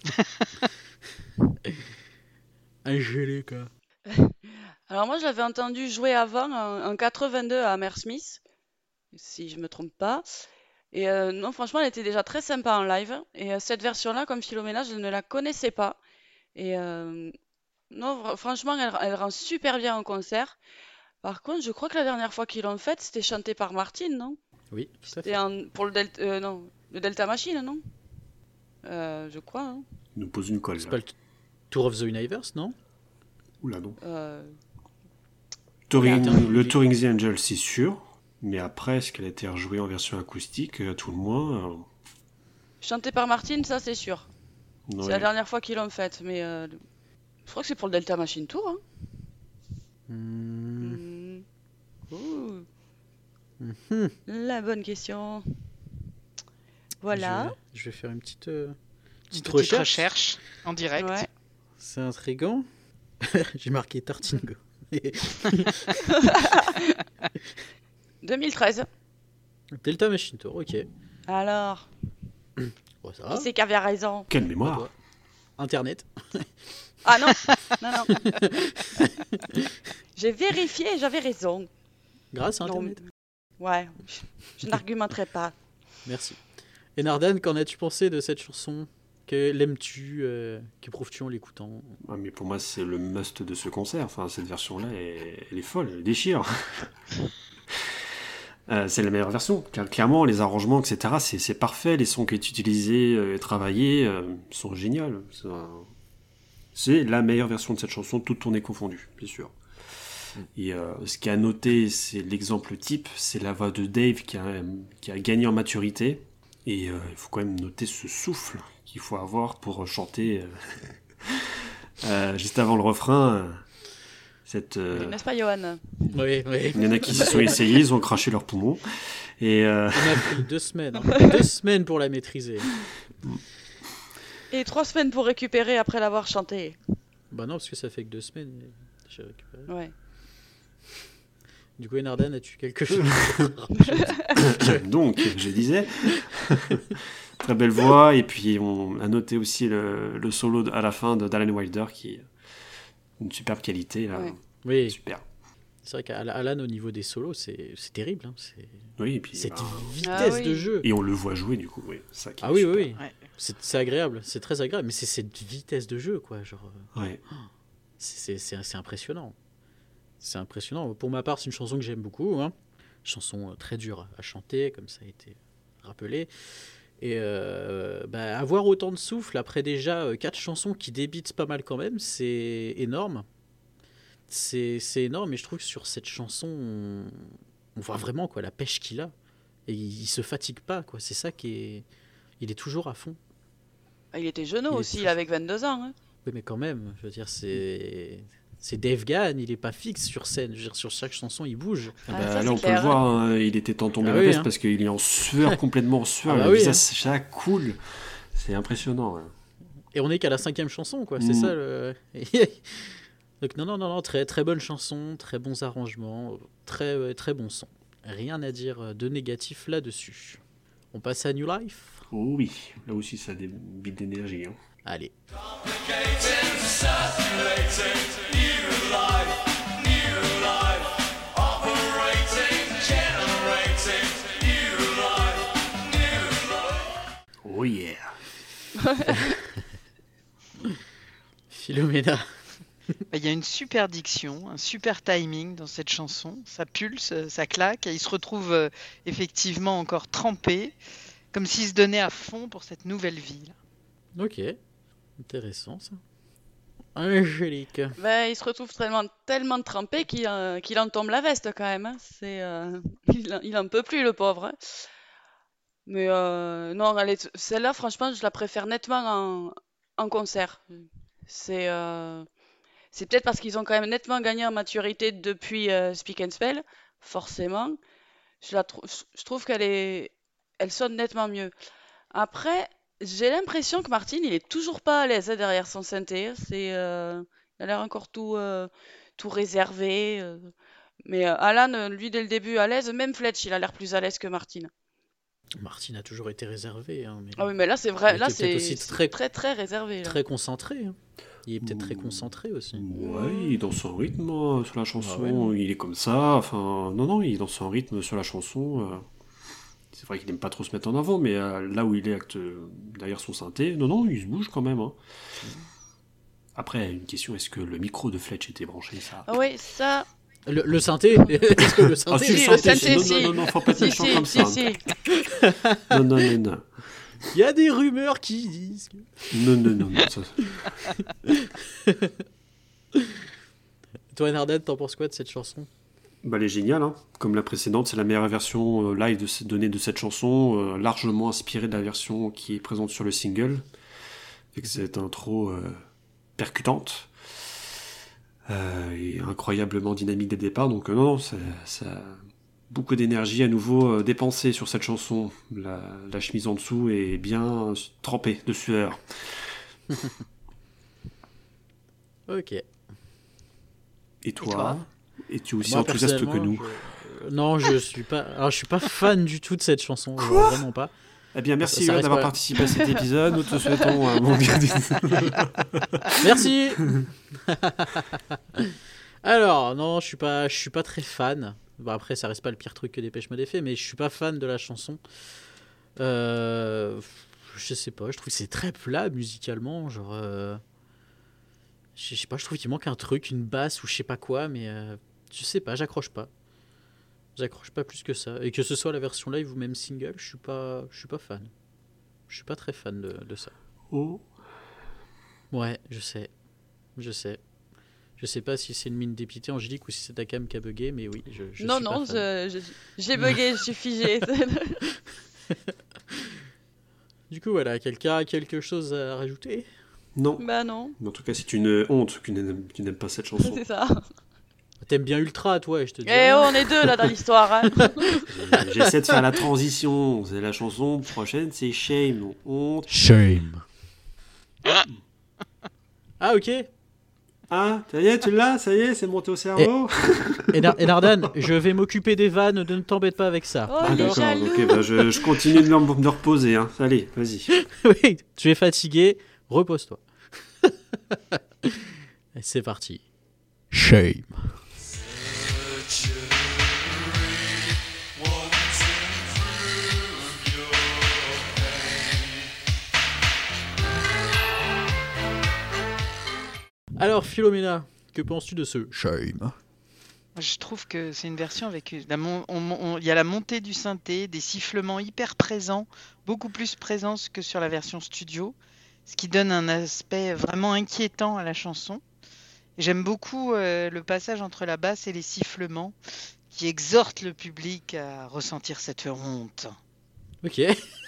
Angélica. Alors moi, je l'avais entendu jouer avant en 82 à Hammersmith, si je me trompe pas. Et non, franchement, elle était déjà très sympa en live. Et cette version-là, comme Philomena, je ne la connaissais pas. Et non, franchement, elle rend super bien en concert. Par contre, je crois que la dernière fois qu'ils l'ont faite, c'était chanté par Martine, non? Oui, tout à C'était fait. pour non, le Delta Machine, non? Je crois, hein. Il nous pose une colle, C'est là. pas le Tour of the Universe, non? Oula, non. Regarde, Le Touring the Angel, c'est sûr. Mais après, est-ce qu'elle a été rejouée en version acoustique, à tout le moins Chanté par Martine, ça c'est sûr. non, C'est la dernière fois qu'ils l'ont faite, mais je crois que c'est pour le Delta Machine Tour, hein. Hmm. Ouh, Mhm. la bonne question. Voilà. Je vais faire une petite Une petite petite recherche. recherche en direct. Ouais. C'est intriguant. J'ai marqué Tartingo. 2013. Delta Machine Tour, ok. Alors, Bon, ça qui va. c'est qui avait raison? Quelle Pas mémoire. toi. Internet. Ah non, non, non. J'ai vérifié et j'avais raison. Grâce à Non, Internet. ouais, je n'argumenterai pas. Merci. Et Nardan, qu'en as-tu pensé de cette chanson? Que l'aimes-tu? Qu'éprouves-tu en l'écoutant? Ah, mais pour moi, c'est le must de ce concert. Enfin, cette version-là, elle est folle, elle déchire. C'est la meilleure version. Clairement, les arrangements, etc., c'est parfait. Les sons qui sont utilisés et travaillés sont géniaux. C'est la meilleure version de cette chanson, toutes tournées confondues, bien sûr. Et ce qui a noté, c'est l'exemple type, c'est la voix de Dave qui a gagné en maturité. Et il faut quand même noter ce souffle qu'il faut avoir pour chanter juste avant le refrain. N'est-ce pas, Johan? Oui, oui. Il y en a qui s'y sont essayés, ils ont craché leurs poumons. Et On a pris 2 semaines. Hein. 2 semaines pour la maîtriser. Et 3 semaines pour récupérer après l'avoir chanté. Bah non, parce que ça fait que 2 semaines. J'ai récupéré. Ouais. Du coup, Nardan, as-tu quelque chose? donc, je disais, très belle voix. Et puis, on a noté aussi le solo à la fin d'Alan Wilder qui est une superbe qualité. Là. Ouais. Oui, Super. c'est vrai qu'Alan, au niveau des solos, c'est terrible. Hein. Oui, et puis, Cette vitesse Ah oui. de jeu. et on le voit jouer du coup. Oui, ça qui est Ah oui, super. oui, oui. Ouais. C'est agréable. C'est très agréable. Mais c'est cette vitesse de jeu, quoi. Genre, Ouais. c'est impressionnant. C'est impressionnant. Pour ma part, c'est une chanson que j'aime beaucoup. Hein. Chanson très dure à chanter, comme ça a été rappelé. Et avoir autant de souffle après déjà 4 chansons qui débitent pas mal quand même, c'est énorme. C'est énorme, et je trouve que sur cette chanson, on voit vraiment quoi, la pêche qu'il a. Et il se fatigue pas, quoi. C'est ça qui est. Il est toujours à fond. Ah, il était jeune Il est aussi, toujours- avec 22 ans. Hein. Oui, mais quand même, je veux dire, c'est Dave Gahan, il est pas fixe sur scène. Je veux dire, sur chaque chanson, il bouge. Ah, Bah, ça, là, c'est on peut clair. le voir, hein, il était temps tombé Ah à la oui, veste hein. parce qu'il est en sueur, complètement en sueur. Ah bah le oui, visage, ça coule. C'est impressionnant. Hein. Et on est qu'à la 5e chanson, quoi. C'est Mm. ça le. Donc non, très très bonne chanson, très bons arrangements, très bon son. Rien à dire de négatif là-dessus. On passe à New Life. Oh oui, là aussi, ça a des billes d'énergie. Hein. Allez. Complicating, circulating, new life, operating, generating, new life. Oh yeah. Philomena. Il y a une super diction, un super timing dans cette chanson. Ça pulse, ça claque, et il se retrouve effectivement encore trempé, comme s'il se donnait à fond pour cette nouvelle vie. Là. Ok. Intéressant ça. Angélique. Ben, il se retrouve tellement trempé qu'il en tombe la veste quand même. Hein. Il en peut plus, le pauvre. Hein. Mais non, celle-là, franchement, je la préfère nettement en concert. C'est peut-être parce qu'ils ont quand même nettement gagné en maturité depuis Speak and Spell, forcément. Je trouve elle sonne nettement mieux. Après, j'ai l'impression que Martin, il est toujours pas à l'aise derrière son synthé. Il a l'air encore tout réservé. Mais Alan, lui, dès le début, à l'aise. Même Fletch, il a l'air plus à l'aise que Martin. Martin a toujours été réservé. Hein, mais... Ah oui, mais là, c'est vrai. Il Là, était peut-être c'est aussi très- très, très réservé. Là. Très concentré. Hein. Il est peut-être très concentré aussi. Ouais, il est dans son rythme sur la chanson, Ah ouais, non. il est comme ça, enfin, non, il est dans son rythme sur la chanson. C'est vrai qu'il n'aime pas trop se mettre en avant, mais là où il est derrière son synthé, non, il se bouge quand même. Hein. Après, une question, est-ce que le micro de Fletch était branché, ça? Ah oui, ça. Le synthé est-ce que le synthé... Ah, si, le Si, le synthé, synthé, si. si. Non, faut pas être Si, méchant si, comme si, ça. si. Non. Il y a des rumeurs qui disent... Non, ça... Toi, Nardan, t'en penses quoi de cette chanson? Bah, elle est géniale, hein. Comme la précédente, c'est la meilleure version live donnée de cette chanson, largement inspirée de la version qui est présente sur le single, avec cette intro percutante et incroyablement dynamique dès le départ. Donc non, ça a beaucoup d'énergie à nouveau dépensée sur cette chanson. La chemise en dessous est bien trempée de sueur. Ok. Et toi, toi es-tu aussi Moi, enthousiaste que personnellement, nous? Non, je suis pas. Alors, je suis pas fan du tout de cette chanson. Vraiment pas. Eh bien, merci Ça reste d'avoir pas- participé à cet épisode. Nous te souhaitons un bon week-end. Merci. Alors, non, je suis pas très fan. Bon, après, ça reste pas le pire truc que Dépêche Mode ait fait, mais je suis pas fan de la chanson. Je sais pas. Je trouve que c'est très plat musicalement, genre. Je sais pas. Je trouve qu'il manque un truc, une basse ou je sais pas quoi, mais je sais pas. J'accroche pas. J'accroche pas plus que ça. Et que ce soit la version live ou même single, je suis pas fan. Je suis pas très fan de ça. Oh. Ouais, je sais. Je sais pas si c'est une mine d'épité angélique ou si c'est ta cam qui a bugué, mais oui, je Non, suis pas fan. j'ai bugué, je suis figé. Du coup, voilà, quelqu'un a quelque chose à rajouter? Non. Bah non, En tout cas, c'est une honte que tu n'aimes pas cette chanson. c'est ça. T'aimes bien Ultra, toi, je te dis. Eh oh, on est deux là dans l'histoire. Hein. J'essaie de faire la transition. C'est la chanson prochaine, c'est Shame, donc honte. Shame. Ah, ok. Ah, ça y est, tu l'as, ça y est, c'est monté au cerveau. Et Nardan, je vais m'occuper des vannes, ne t'embête pas avec ça. Oh, Ah, il est d'accord, jaloux. ok, bah, je continue de me reposer. Hein. Allez, vas-y. Oui, tu es fatigué, repose-toi. Et c'est parti. Shame. Alors, Philomena, que penses-tu de ce Shame? Je trouve que c'est une version avec il y a la montée du synthé, des sifflements hyper présents, beaucoup plus présents que sur la version studio, ce qui donne un aspect vraiment inquiétant à la chanson. Et j'aime beaucoup le passage entre la basse et les sifflements qui exhortent le public à ressentir cette honte. Ok.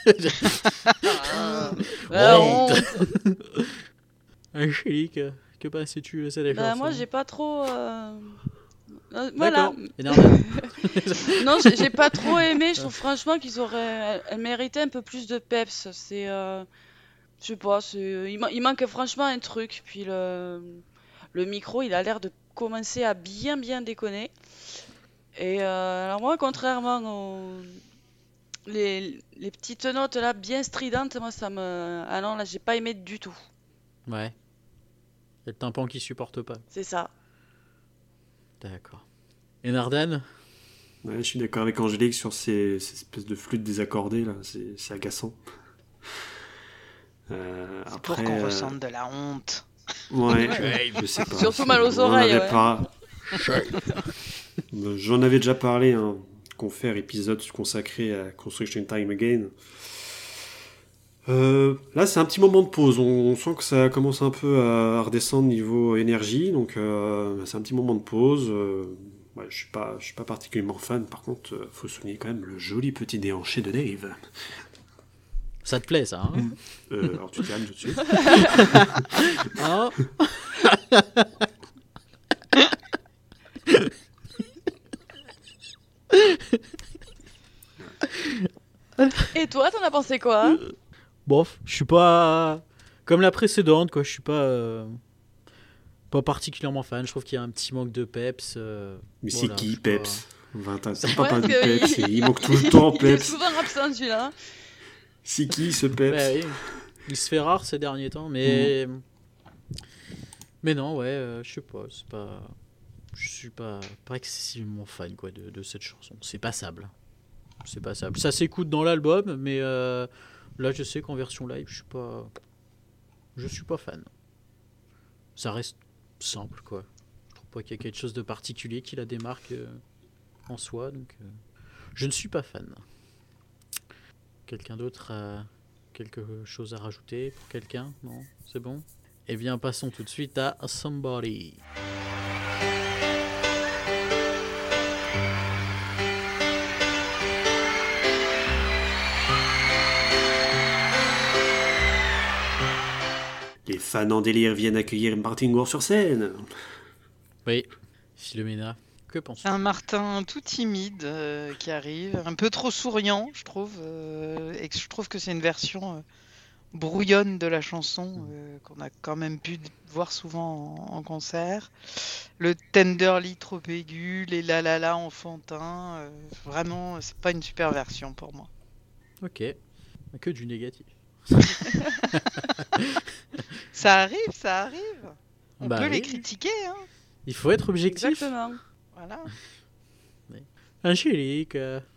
Honte. Angélique, que penses-tu de cette Bah, chanson? moi, j'ai pas trop. Voilà. D'accord. Et Nardan? Non, j'ai pas trop aimé. Je trouve franchement elle méritait un peu plus de peps. C'est, je sais pas, il manque franchement un truc. Puis le micro, il a l'air de commencer à bien déconner. Et alors moi, contrairement les petites notes là, bien stridentes, moi ah non, là, j'ai pas aimé du tout. Ouais. Il y a le tympan qui supporte pas. C'est ça. D'accord. Et Nardan? Ouais, je suis d'accord avec Angélique sur ces espèces de flûtes désaccordées, là. C'est agaçant. C'est pour qu'on ressente de la honte. Ouais, je sais pas. Surtout mal aux oreilles, ouais. J'en avais déjà parlé, hein, épisode consacré à Construction Time Again. Là, c'est un petit moment de pause. On sent que ça commence un peu à redescendre niveau énergie, donc c'est un petit moment de pause. Ouais, je suis pas particulièrement fan. Par contre, faut souligner quand même le joli petit déhanché de Dave. Ça te plaît, ça, hein? Alors tu te calmes tout de suite. Hein? Et toi, t'en as pensé quoi? Bof, je suis pas comme la précédente, quoi. Je suis pas Pas particulièrement fan, je trouve qu'il y a un petit manque de peps. Mais voilà, c'est qui, je sais Peps C'est Ouais, pas parce du que Peps, il manque tout le temps, Il est Peps. souvent absent celui-là. C'est qui, ce pas. Bah Peps oui, il se fait rare ces derniers temps, mais. Mais non, ouais, je sais pas, c'est pas. Je suis pas excessivement fan quoi, de cette chanson. C'est passable. C'est passable. Ça s'écoute dans l'album, mais là je sais qu'en version live, je suis pas fan. Ça reste simple quoi. Je trouve pas qu'il y a quelque chose de particulier qui la démarque en soi, donc je ne suis pas fan. Quelqu'un d'autre a quelque chose à rajouter pour quelqu'un? Non, c'est bon. Eh bien, passons tout de suite à Somebody. Les fans en délire viennent accueillir Martin Gore sur scène. Oui, Philomena, que penses-tu? Un Martin tout timide qui arrive, un peu trop souriant, je trouve, et que je trouve que c'est une version brouillonne de la chanson qu'on a quand même pu voir souvent en concert. Le Tenderly trop aigu, les la la la enfantins, vraiment, c'est pas une super version pour moi. Ok, que du négatif. Ça arrive. On Bah peut oui. les critiquer, hein. Il faut être objectif. Exactement. Voilà. Angélique.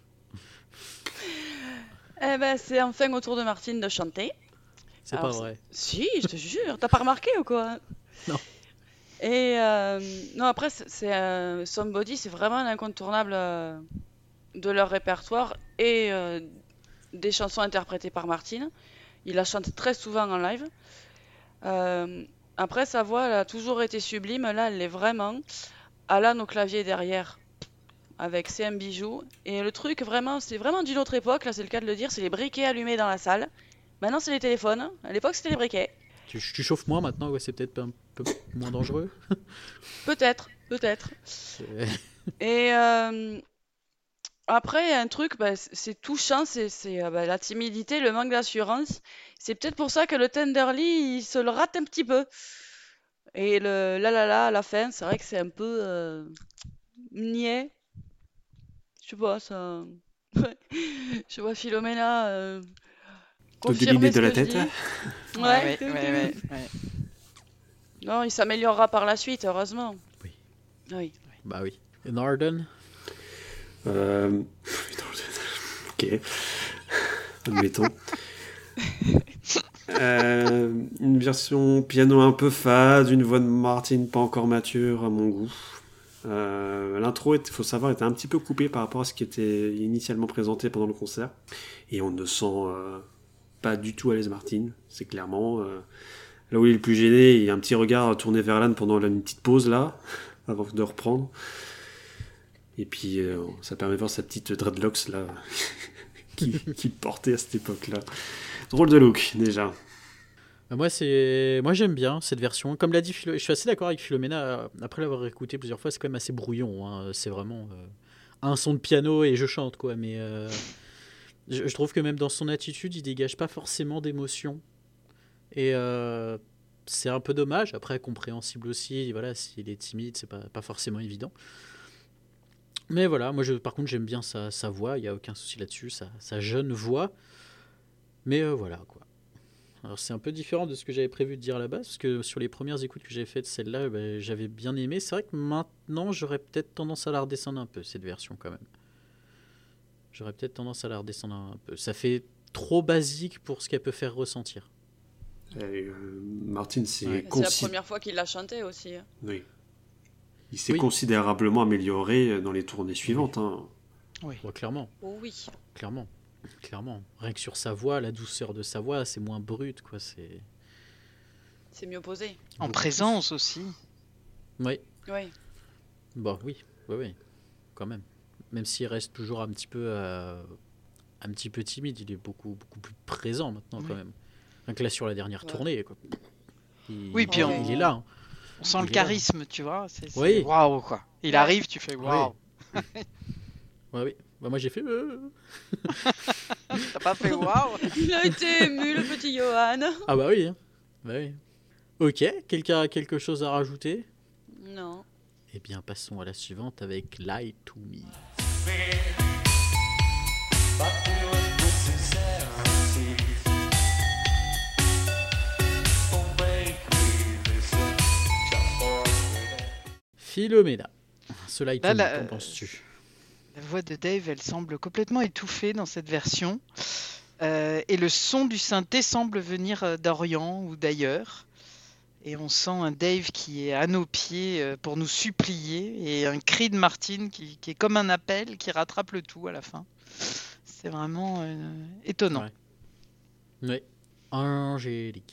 Eh ben, c'est enfin au tour de Martine de chanter. C'est Alors, pas vrai. Si, je te jure. T'as pas remarqué ou quoi? Non. Et non, après, Somebody, c'est vraiment un incontournable de leur répertoire et des chansons interprétées par Martine. Il la chante très souvent en live. Après, sa voix, elle a toujours été sublime. Là, elle l'est vraiment. Alan au clavier derrière, avec C'est un bijou. Et le truc, vraiment, c'est vraiment d'une autre époque. Là, c'est le cas de le dire. C'est les briquets allumés dans la salle. Maintenant, c'est les téléphones. À l'époque, c'était les briquets. Tu chauffes moins maintenant, ouais, c'est peut-être un peu moins dangereux. Peut-être. C'est- Et après, un truc, bah, c'est touchant, c'est bah, la timidité, le manque d'assurance. C'est peut-être pour ça que le Tenderly, il se le rate un petit peu. Et le la la la à la fin, c'est vrai que c'est un peu niais. Je sais pas, ça. Ouais. Je vois Philomena Te confirmer déliner ce de la que je tête. dis. Ouais. Non, il s'améliorera par la suite, heureusement. Oui. Oui. Bah oui. Et Norden. Putain, ok. Admettons. Une version piano un peu fade, une voix de Martin pas encore mature à mon goût. L'intro, il faut savoir, était un petit peu coupée par rapport à ce qui était initialement présenté pendant le concert. Et on ne sent pas du tout à l'aise Martin, c'est clairement... là où il est le plus gêné, il y a un petit regard tourné vers Alan pendant une petite pause là, avant de reprendre. Et puis ça permet de voir sa petite dreadlocks là, qu'il portait à cette époque-là. Drôle de look déjà. Bah, moi j'aime bien cette version. Comme l'a dit Philo, je suis assez d'accord avec Philomena. Après l'avoir écouté plusieurs fois, c'est quand même assez brouillon. Hein. C'est vraiment un son de piano et je chante quoi. Mais je trouve que même dans son attitude, il dégage pas forcément d'émotion. Et c'est un peu dommage. Après, compréhensible aussi. Voilà, s'il est timide, c'est pas forcément évident. Mais voilà, moi par contre j'aime bien sa voix. Il y a aucun souci là-dessus. Sa jeune voix. Mais voilà quoi. Alors c'est un peu différent de ce que j'avais prévu de dire à la base, parce que sur les premières écoutes que j'avais faites, celle-là, j'avais bien aimé. C'est vrai que maintenant, j'aurais peut-être tendance à la redescendre un peu, cette version quand même. J'aurais peut-être tendance à la redescendre un peu. Ça fait trop basique pour ce qu'elle peut faire ressentir. Martin, c'est Ouais. C'est la première fois qu'il l'a chanté aussi. Hein. Oui. Il s'est Oui. considérablement amélioré dans les tournées suivantes. Hein. Ouais, clairement. Oh oui. Clairement. Rien que sur sa voix, la douceur de sa voix, c'est moins brut, quoi. C'est mieux posé. En présence aussi. Oui. Oui. Bon, oui, quand même. Même s'il reste toujours un petit peu timide, il est beaucoup plus présent maintenant, quand même. Rien que là, sur la dernière tournée, quoi. Oui, puis il est là. Hein. On sent Il le est là. charisme, tu vois. C'est Oui. waouh, quoi. Il arrive, tu fais waouh. Oui. Bah, moi, j'ai fait... T'as pas fait waouh? Il a été ému, le petit Johan. Ah bah oui. Hein. Bah oui. Ok, quelqu'un a quelque chose à rajouter? Non. Eh bien, passons à la suivante avec Lie to Me. Philomena, ce Lie to Là, Me, là, qu'en penses-tu? La voix de Dave, elle semble complètement étouffée dans cette version. Et le son du synthé semble venir d'Orient ou d'ailleurs. Et on sent un Dave qui est à nos pieds pour nous supplier. Et un cri de Martin qui est comme un appel qui rattrape le tout à la fin. C'est vraiment étonnant. Ouais. Oui. Angélique.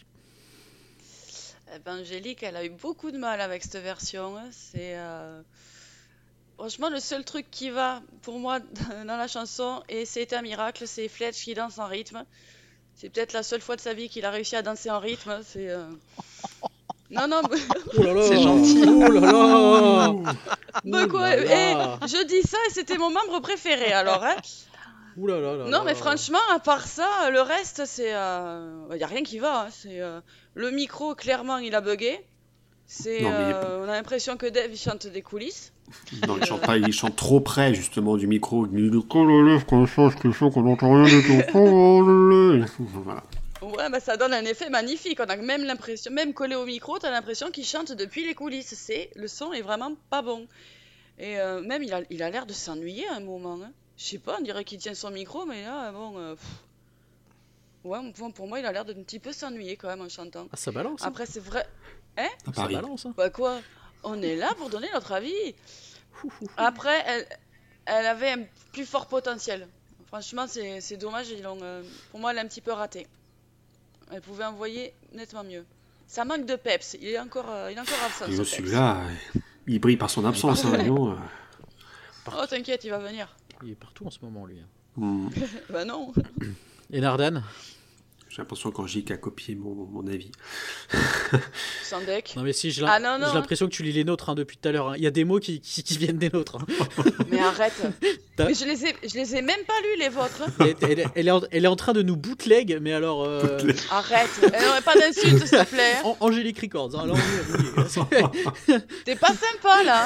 Eh ben, Angélique, elle a eu beaucoup de mal avec cette version. C'est franchement le seul truc qui va pour moi dans la chanson, et c'est un miracle, c'est Fletch qui danse en rythme. C'est peut-être la seule fois de sa vie qu'il a réussi à danser en rythme. C'est non, non, Oh là là. C'est gentil. Oh là là. bah Oh quoi, là là. je dis ça et c'était mon membre préféré alors, hein. Ouh là là là Non, là. mais franchement, à part ça, le reste, c'est. Y a rien qui va, hein. C'est, le micro, clairement, il a bugué. C'est, Non, mais- on a l'impression que Dave il chante des coulisses. Non, il chante pas, il chante trop près justement du micro. Il dit collez comme ça, ce que je qu'on n'entend rien du tout. Collez. Voilà. Ouais, bah ça donne un effet magnifique. On a même l'impression, même collé au micro, t'as l'impression qu'il chante depuis les coulisses. Le son est vraiment pas bon. Et même, il a l'air de s'ennuyer à un moment, hein. Je sais pas, on dirait qu'il tient son micro, mais là, bon. Ouais, pour moi, il a l'air d'un petit peu s'ennuyer quand même en chantant. Ah, ça balance. Hein. Après, c'est vrai. À Ça Paris. balance. Hein. Bah quoi? On est là pour donner notre avis. Après, elle avait un plus fort potentiel. Franchement, c'est dommage. Pour moi, elle a un petit peu raté. Elle pouvait envoyer nettement mieux. Ça manque de peps. Il est encore absent. Et ce peps. celui-là, il brille par son absence. Hein, voyons. Oh, t'inquiète, il va venir. Il est partout en ce moment, lui. Bah non. Et Nardan? J'ai l'impression qu'Angélique a copié mon avis. Sans deck. Non, mais si, j'ai Ah, non, non. l'impression que tu lis les nôtres hein, depuis tout à l'heure. Hein. Il y a des mots qui viennent des nôtres. Hein. Mais arrête. T'as- Mais je les ai même pas lus, les vôtres. Elle est en train de nous bootleg, mais alors. Arrête. Non, pas d'insultes, s'il te plaît. Angélique Records. Hein, alors, oui. T'es pas sympa, là.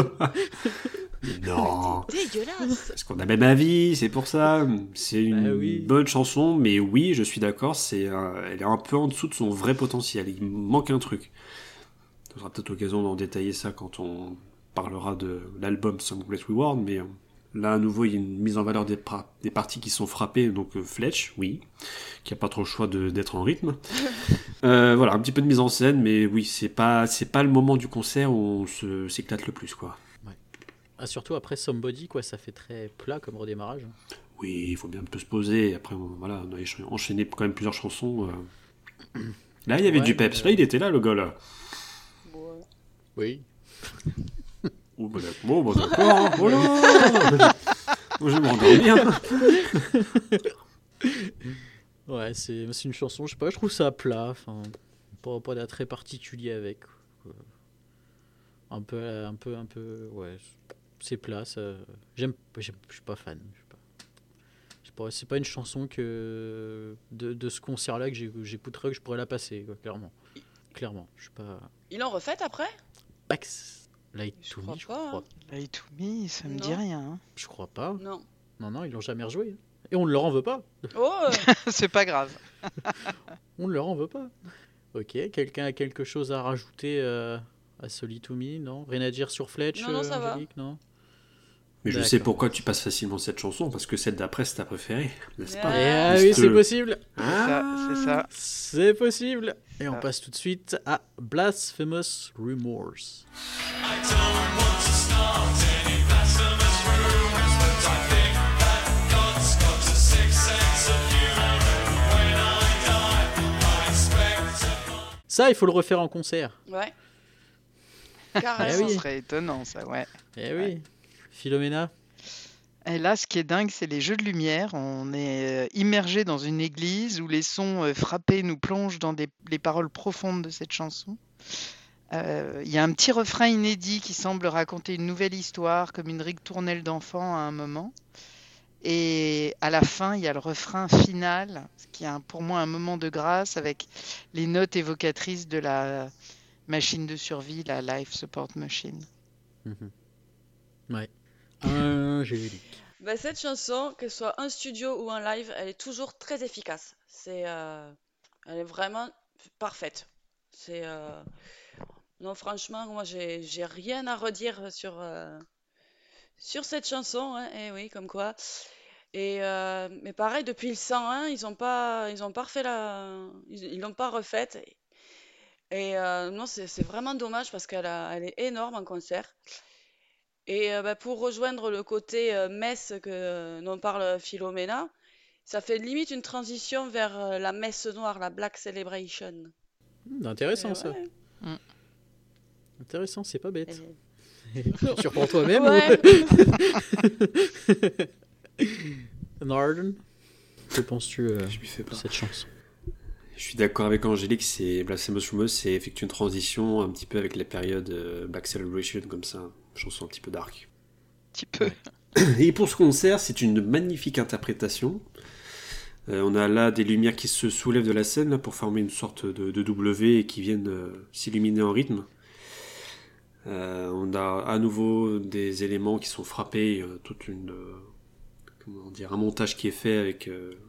Non. Dégueulasse. Parce qu'on a même avis, c'est pour ça. C'est une Bah oui. bonne chanson, mais oui, je suis d'accord, elle est un peu en dessous de son vrai potentiel. Il manque un truc. On aura peut-être l'occasion d'en détailler ça quand on parlera de l'album Some Great Reward, mais là, à nouveau, il y a une mise en valeur des parties qui sont frappées. Donc Fletch, oui, qui a pas trop le choix d'être en rythme. Voilà, un petit peu de mise en scène, mais oui, c'est pas le moment du concert où on s'éclate le plus, quoi. Ah, surtout après Somebody, quoi, ça fait très plat comme redémarrage. Oui, il faut bien un peu se poser. Après, voilà, on a enchaîné quand même plusieurs chansons. Là, il y avait Ouais, du peps. mais, Là, il était là, le gars, là. Ouais. Oui. Oh, bah, d'accord. Hein. Oh là je vais m'endormir. Ouais, c'est une chanson, je sais pas, je trouve ça plat. Enfin, pas d'attrait particulier avec. Un peu, ouais. C'est plat, ça. Je suis pas fan. C'est pas une chanson que de ce concert-là que j'écouterais, que je pourrais la passer, quoi, clairement. Clairement, je suis pas. Ils l'ont refaite après? Pax Light Je to crois Me, je pas, crois. hein. Light to Me, ça me Non. dit rien. Hein. Je crois pas. Non. Non, ils l'ont jamais rejoué. Et on ne leur en veut pas. Oh, C'est pas grave. On ne leur en veut pas. Ok, quelqu'un a quelque chose à rajouter à ce Lie to Me, non? Rien à dire sur Fletch, Non, ça va. Angélique, non? Mais je D'accord. sais pourquoi tu passes facilement cette chanson, parce que celle d'après, c'est ta préférée, n'est-ce pas Ah, oui, Puisque- c'est possible. C'est ça. C'est possible. Et on Ah. passe tout de suite à Blasphemous Rumors. I don't want to start any blasphemous rumors, but I think that God's got a sixth sense of humor. When I die, I expect to find. Ça, il faut le refaire en concert. ouais. Ah Carrément. oui. Ce serait étonnant, ça, ouais. Eh oui. Philomena. Et là, ce qui est dingue, c'est les jeux de lumière. On est immergé dans une église où les sons frappés nous plongent dans les paroles profondes de cette chanson. Il y a un petit refrain inédit qui semble raconter une nouvelle histoire, comme une ritournelle d'enfant à un moment. Et à la fin, il y a le refrain final, qui est pour moi un moment de grâce avec les notes évocatrices de la machine de survie, la Life Support Machine. Ouais. Angélique. Bah, cette chanson, que ce soit en studio ou en live, elle est toujours très efficace. Elle est vraiment parfaite. Non, franchement, moi, j'ai rien à redire sur cette chanson, hein. Eh oui, comme quoi. Mais pareil, depuis le 101, ils ont pas refait ils l'ont pas refaite. Non, c'est vraiment dommage parce elle est énorme en concert. Bah, pour rejoindre le côté messe dont parle Philomena, ça fait limite une transition vers la messe noire, la Black Celebration. Intéressant, Et ça. ouais. Mm. Intéressant, c'est pas bête. Et- Tu surprends toi-même Ouais. ou... Narden, que penses-tu Je lui fais de pas. cette chanson? Je suis d'accord avec Angélique, c'est Blasphemous Rumors, c'est effectuer une transition un petit peu avec les périodes Black Celebration, comme ça, chanson un petit peu dark. Un petit peu. Et pour ce concert, c'est une magnifique interprétation. On a là des lumières qui se soulèvent de la scène là, pour former une sorte de W et qui viennent s'illuminer en rythme. On a à nouveau des éléments qui sont frappés, toute une comment dire, un montage qui est fait avec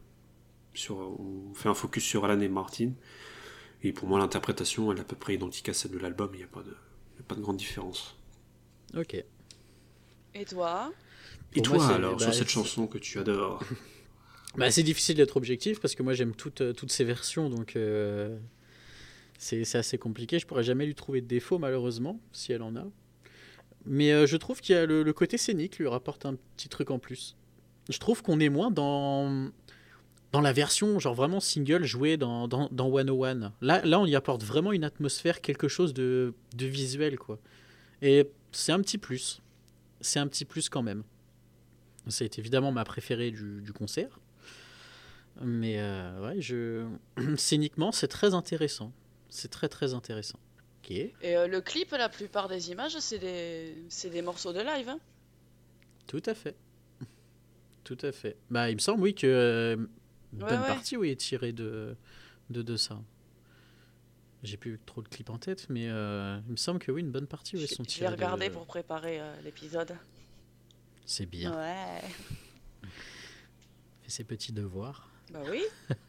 on fait un focus sur Alan et Martin. Et pour moi, l'interprétation elle est à peu près identique à celle de l'album. Il n'y a pas de grande différence. Ok. Et toi? Et Pour toi moi, c'est- alors, bah, sur cette c'est- chanson que tu adores? Bah, c'est difficile d'être objectif parce que moi j'aime toutes ces versions, donc c'est assez compliqué. Je pourrais jamais lui trouver de défaut, malheureusement, si elle en a. Mais je trouve qu'il y a le côté scénique lui rapporte un petit truc en plus. Je trouve qu'on est moins dans la version genre vraiment single jouée dans 101. Là, on y apporte vraiment une atmosphère, quelque chose de visuel, quoi. Et c'est un petit plus. C'est un petit plus quand même. C'est évidemment ma préférée du concert. Mais ouais, scéniquement, c'est très intéressant. C'est très très intéressant. Ok. Et le clip, la plupart des images, c'est des morceaux de live, hein. Tout à fait. Tout à fait. Bah, il me semble, oui, que une Ouais, bonne ouais. partie, oui, est tirée de ça. J'ai plus trop de clips en tête, mais il me semble que oui, une bonne partie, oui, sont Je tirées l'ai regardé de... pour préparer l'épisode. C'est bien. Ouais. Fait ses petits devoirs. Bah oui.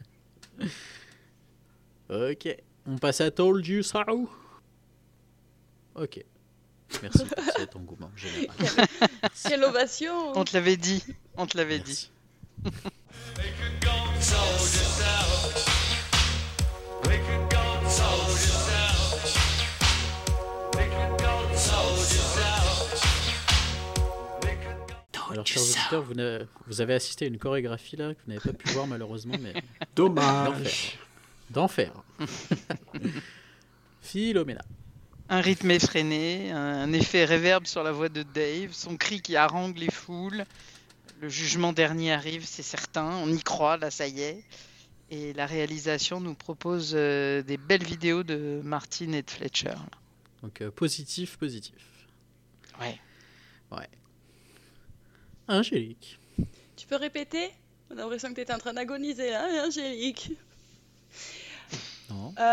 Ok. On passe à Told You So. Ok. Merci pour cet engouement général. Quelle ovation. On te l'avait dit. On te l'avait Merci. dit. We could go soldiers out. We could go soldiers out. We could go soldiers out. We could go. Alors, chers auditeurs, vous avez assisté à une chorégraphie là que vous n'avez pas pu voir malheureusement, mais Dommage. d'enfer. Philomena. Un rythme effréné, un effet réverb sur la voix de Dave, son cri qui harangue les foules. Le jugement dernier arrive, c'est certain. On y croit, là, ça y est. Et la réalisation nous propose des belles vidéos de Martin et de Fletcher. là. Donc positif. Ouais. Angélique. Tu peux répéter? On a l'impression que tu étais en train d'agoniser, hein, Angélique? Non.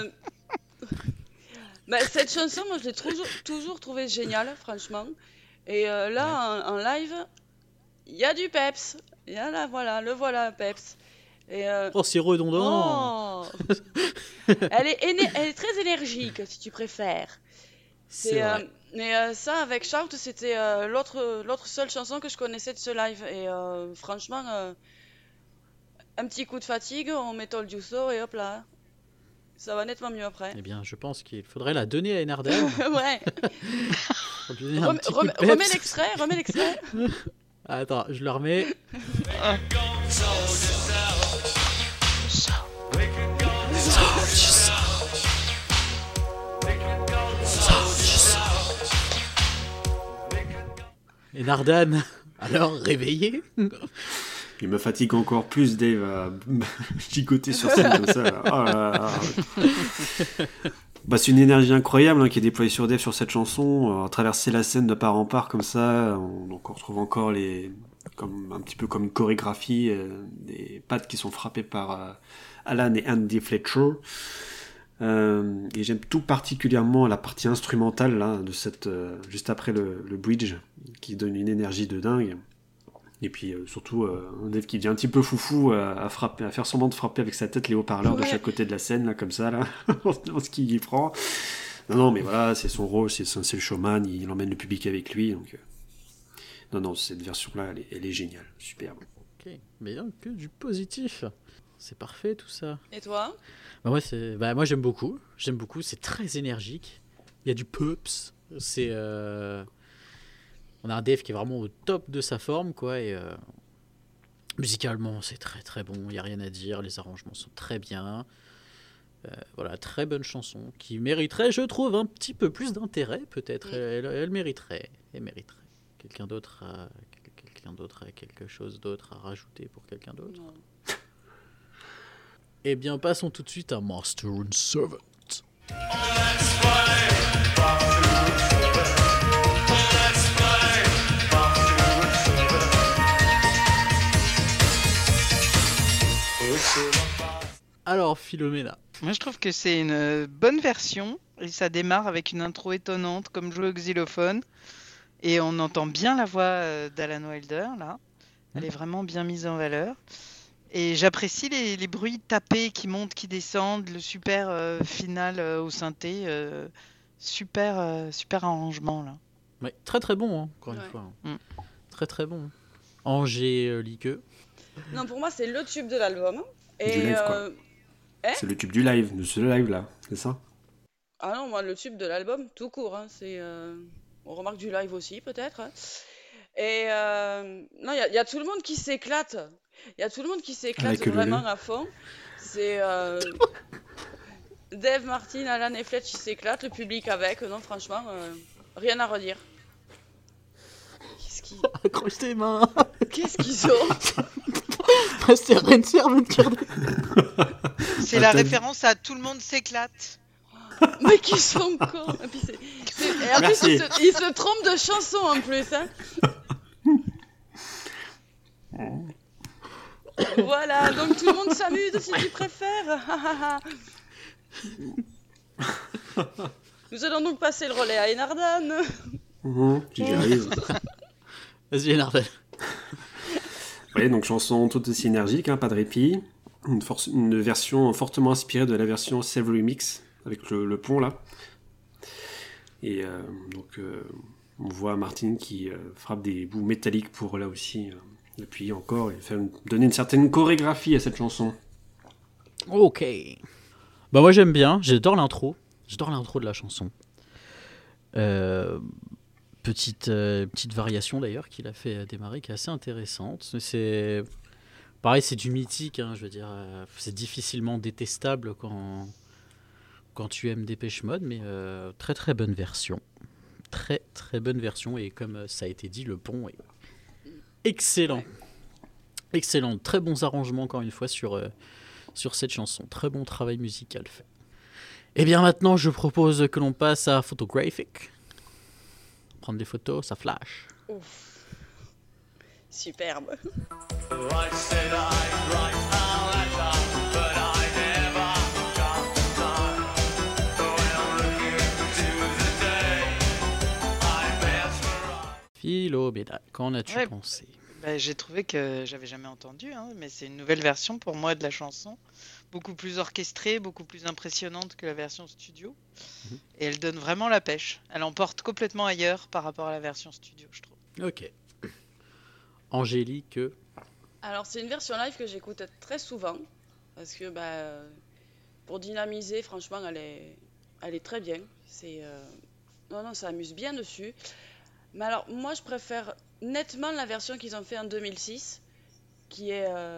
Bah, cette chanson, moi, je l'ai toujours trouvée géniale, franchement. Et là, en live, il y a du peps. Il y a là, voilà, le voilà, peps. Et Oh, c'est redondant. oh elle est très énergique, si tu préfères. C'est vrai. Mais ça, avec Shout, c'était l'autre seule chanson que je connaissais de ce live. Et franchement, un petit coup de fatigue, on met Told You So et hop là. Ça va nettement mieux après. Eh bien, je pense qu'il faudrait la donner à Enardel. Ouais. Pour lui donner un petit coup de peps. Remets l'extrait. Ah, attends, je le remets. Soldiers out. We could go soldiers out. We could go soldiers out. We could go. Enardan, alors réveillé. Il me fatigue encore plus, Dave, à gigoter sur scène comme ça. Là. Oh là là. Bah, c'est une énergie incroyable hein, qui est déployée sur Dave sur cette chanson. Traverser la scène de part en part comme ça, on retrouve encore un petit peu comme une chorégraphie, des pads qui sont frappés par Alan et Andy Fletcher. Et j'aime tout particulièrement la partie instrumentale là, de cette, juste après le bridge, qui donne une énergie de dingue. Et puis surtout un Dave qui devient un petit peu foufou à faire semblant de frapper avec sa tête les haut-parleurs de chaque côté de la scène, là, comme ça, là, en ce qu'il y prend. Non, mais voilà, c'est son rôle, c'est le showman, il emmène le public avec lui. Donc, non, cette version-là, elle est géniale, superbe. Ok, mais donc que du positif. C'est parfait tout ça. Et toi? Moi j'aime beaucoup, c'est très énergique. Il y a du peps, on a un Dave qui est vraiment au top de sa forme quoi et musicalement c'est très très bon, il y a rien à dire, les arrangements sont très bien. Voilà, très bonne chanson qui mériterait, je trouve, un petit peu plus d'intérêt peut-être. Elle mériterait. Quelqu'un d'autre a quelque chose d'autre à rajouter pour quelqu'un d'autre? Non. Eh bien, passons tout de suite à Master and Servant. Alors, Philomena. Moi, je trouve que c'est une bonne version et ça démarre avec une intro étonnante comme jouer au xylophone et on entend bien la voix d'Alan Wilder là. Elle est vraiment bien mise en valeur. Et j'apprécie les bruits tapés qui montent, qui descendent, le super final au synthé, super arrangement là. Ouais, très très bon, hein, encore une Ouais. fois. Mm. Très très bon. Angélique. Non, pour moi, c'est le tube de l'album. Et Du live, quoi. C'est le tube du live, de ce live-là, c'est ça? Ah non, moi, le tube de l'album, tout court. Hein, on remarque du live aussi, peut-être. Hein. Et non, il y a tout le monde qui s'éclate. Il y a tout le monde qui s'éclate Avec le vraiment leu. à fond. C'est Dave, Martin, Alan et Fletch, ils s'éclatent. Le public avec. Non, franchement, rien à redire. Accroche tes mains. Qu'est-ce qu'ils ont? C'est Ren Servant qui regarde. C'est la référence à Tout le monde s'éclate. Mais qui sont cons. Et puis, et en plus, Merci. ils se trompent de chanson en plus. Hein. Voilà, donc tout le monde s'amuse si tu préfères. Nous allons donc passer le relais à Enardan. Si j'y arrive. Vas-y, Enardan. Oui, donc chanson tout aussi énergique, hein, pas de répit. Une version fortement inspirée de la version Save Remix, avec le pont là. Et on voit Martin qui frappe des bouts métalliques pour là aussi appuyer encore et donner une certaine chorégraphie à cette chanson. Ok. Bah moi j'aime bien, j'adore l'intro de la chanson. Petite variation d'ailleurs qu'il a fait démarrer qui est assez intéressante. C'est pareil, c'est du mythique, hein, je veux dire, c'est difficilement détestable quand tu aimes Depeche Mode, mais très très bonne version. Très très bonne version et comme ça a été dit, le pont est excellent. Excellent, très bons arrangements encore une fois sur cette chanson. Très bon travail musical fait. Et bien maintenant, je propose que l'on passe à Photographic. Prendre des photos, ça flash. Ouf. Superbe. I said I'd write a letter, but I never got the time. When looking to the day I mesmerized. Philomena, qu'en as-tu Ouais. pensé? Bah, j'ai trouvé que j'avais jamais entendu, hein, mais c'est une nouvelle version pour moi de la chanson, beaucoup plus orchestrée, beaucoup plus impressionnante que la version studio, et elle donne vraiment la pêche. Elle emporte complètement ailleurs par rapport à la version studio, je trouve. Ok. Angélique. Alors, c'est une version live que j'écoute très souvent. Parce que pour dynamiser, franchement, elle est très bien. Non, ça amuse bien dessus. Mais alors, moi, je préfère nettement la version qu'ils ont fait en 2006, qui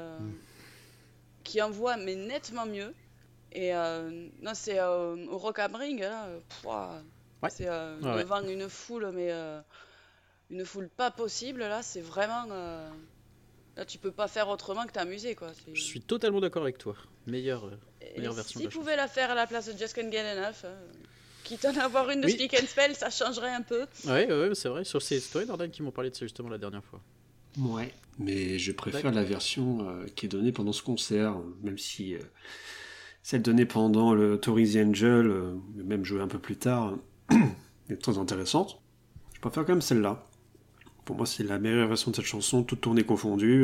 envoie, mais nettement mieux. Et non, c'est au Rock am Ring, là. Ouais. C'est Ouais. devant une foule, mais une foule pas possible, là. C'est vraiment... Là, tu peux pas faire autrement que t'amuser, quoi. Je suis totalement d'accord avec toi. Meilleure Et version de s'ils la pouvaient la faire à la place de Just Can't Get Enough, quitte à en avoir une de Oui. Speak and Spell, ça changerait un peu. chanson. Ouais, c'est vrai. Sur ces stories, Nordan qui m'ont parlé de ça justement la dernière fois. Ouais, mais je préfère la version qui est donnée pendant ce concert, même si celle donnée pendant le Touring the Angel, même jouée un peu plus tard, est très intéressante. Je préfère quand même celle-là. Pour moi, c'est la meilleure version de cette chanson, toute tournée confondue.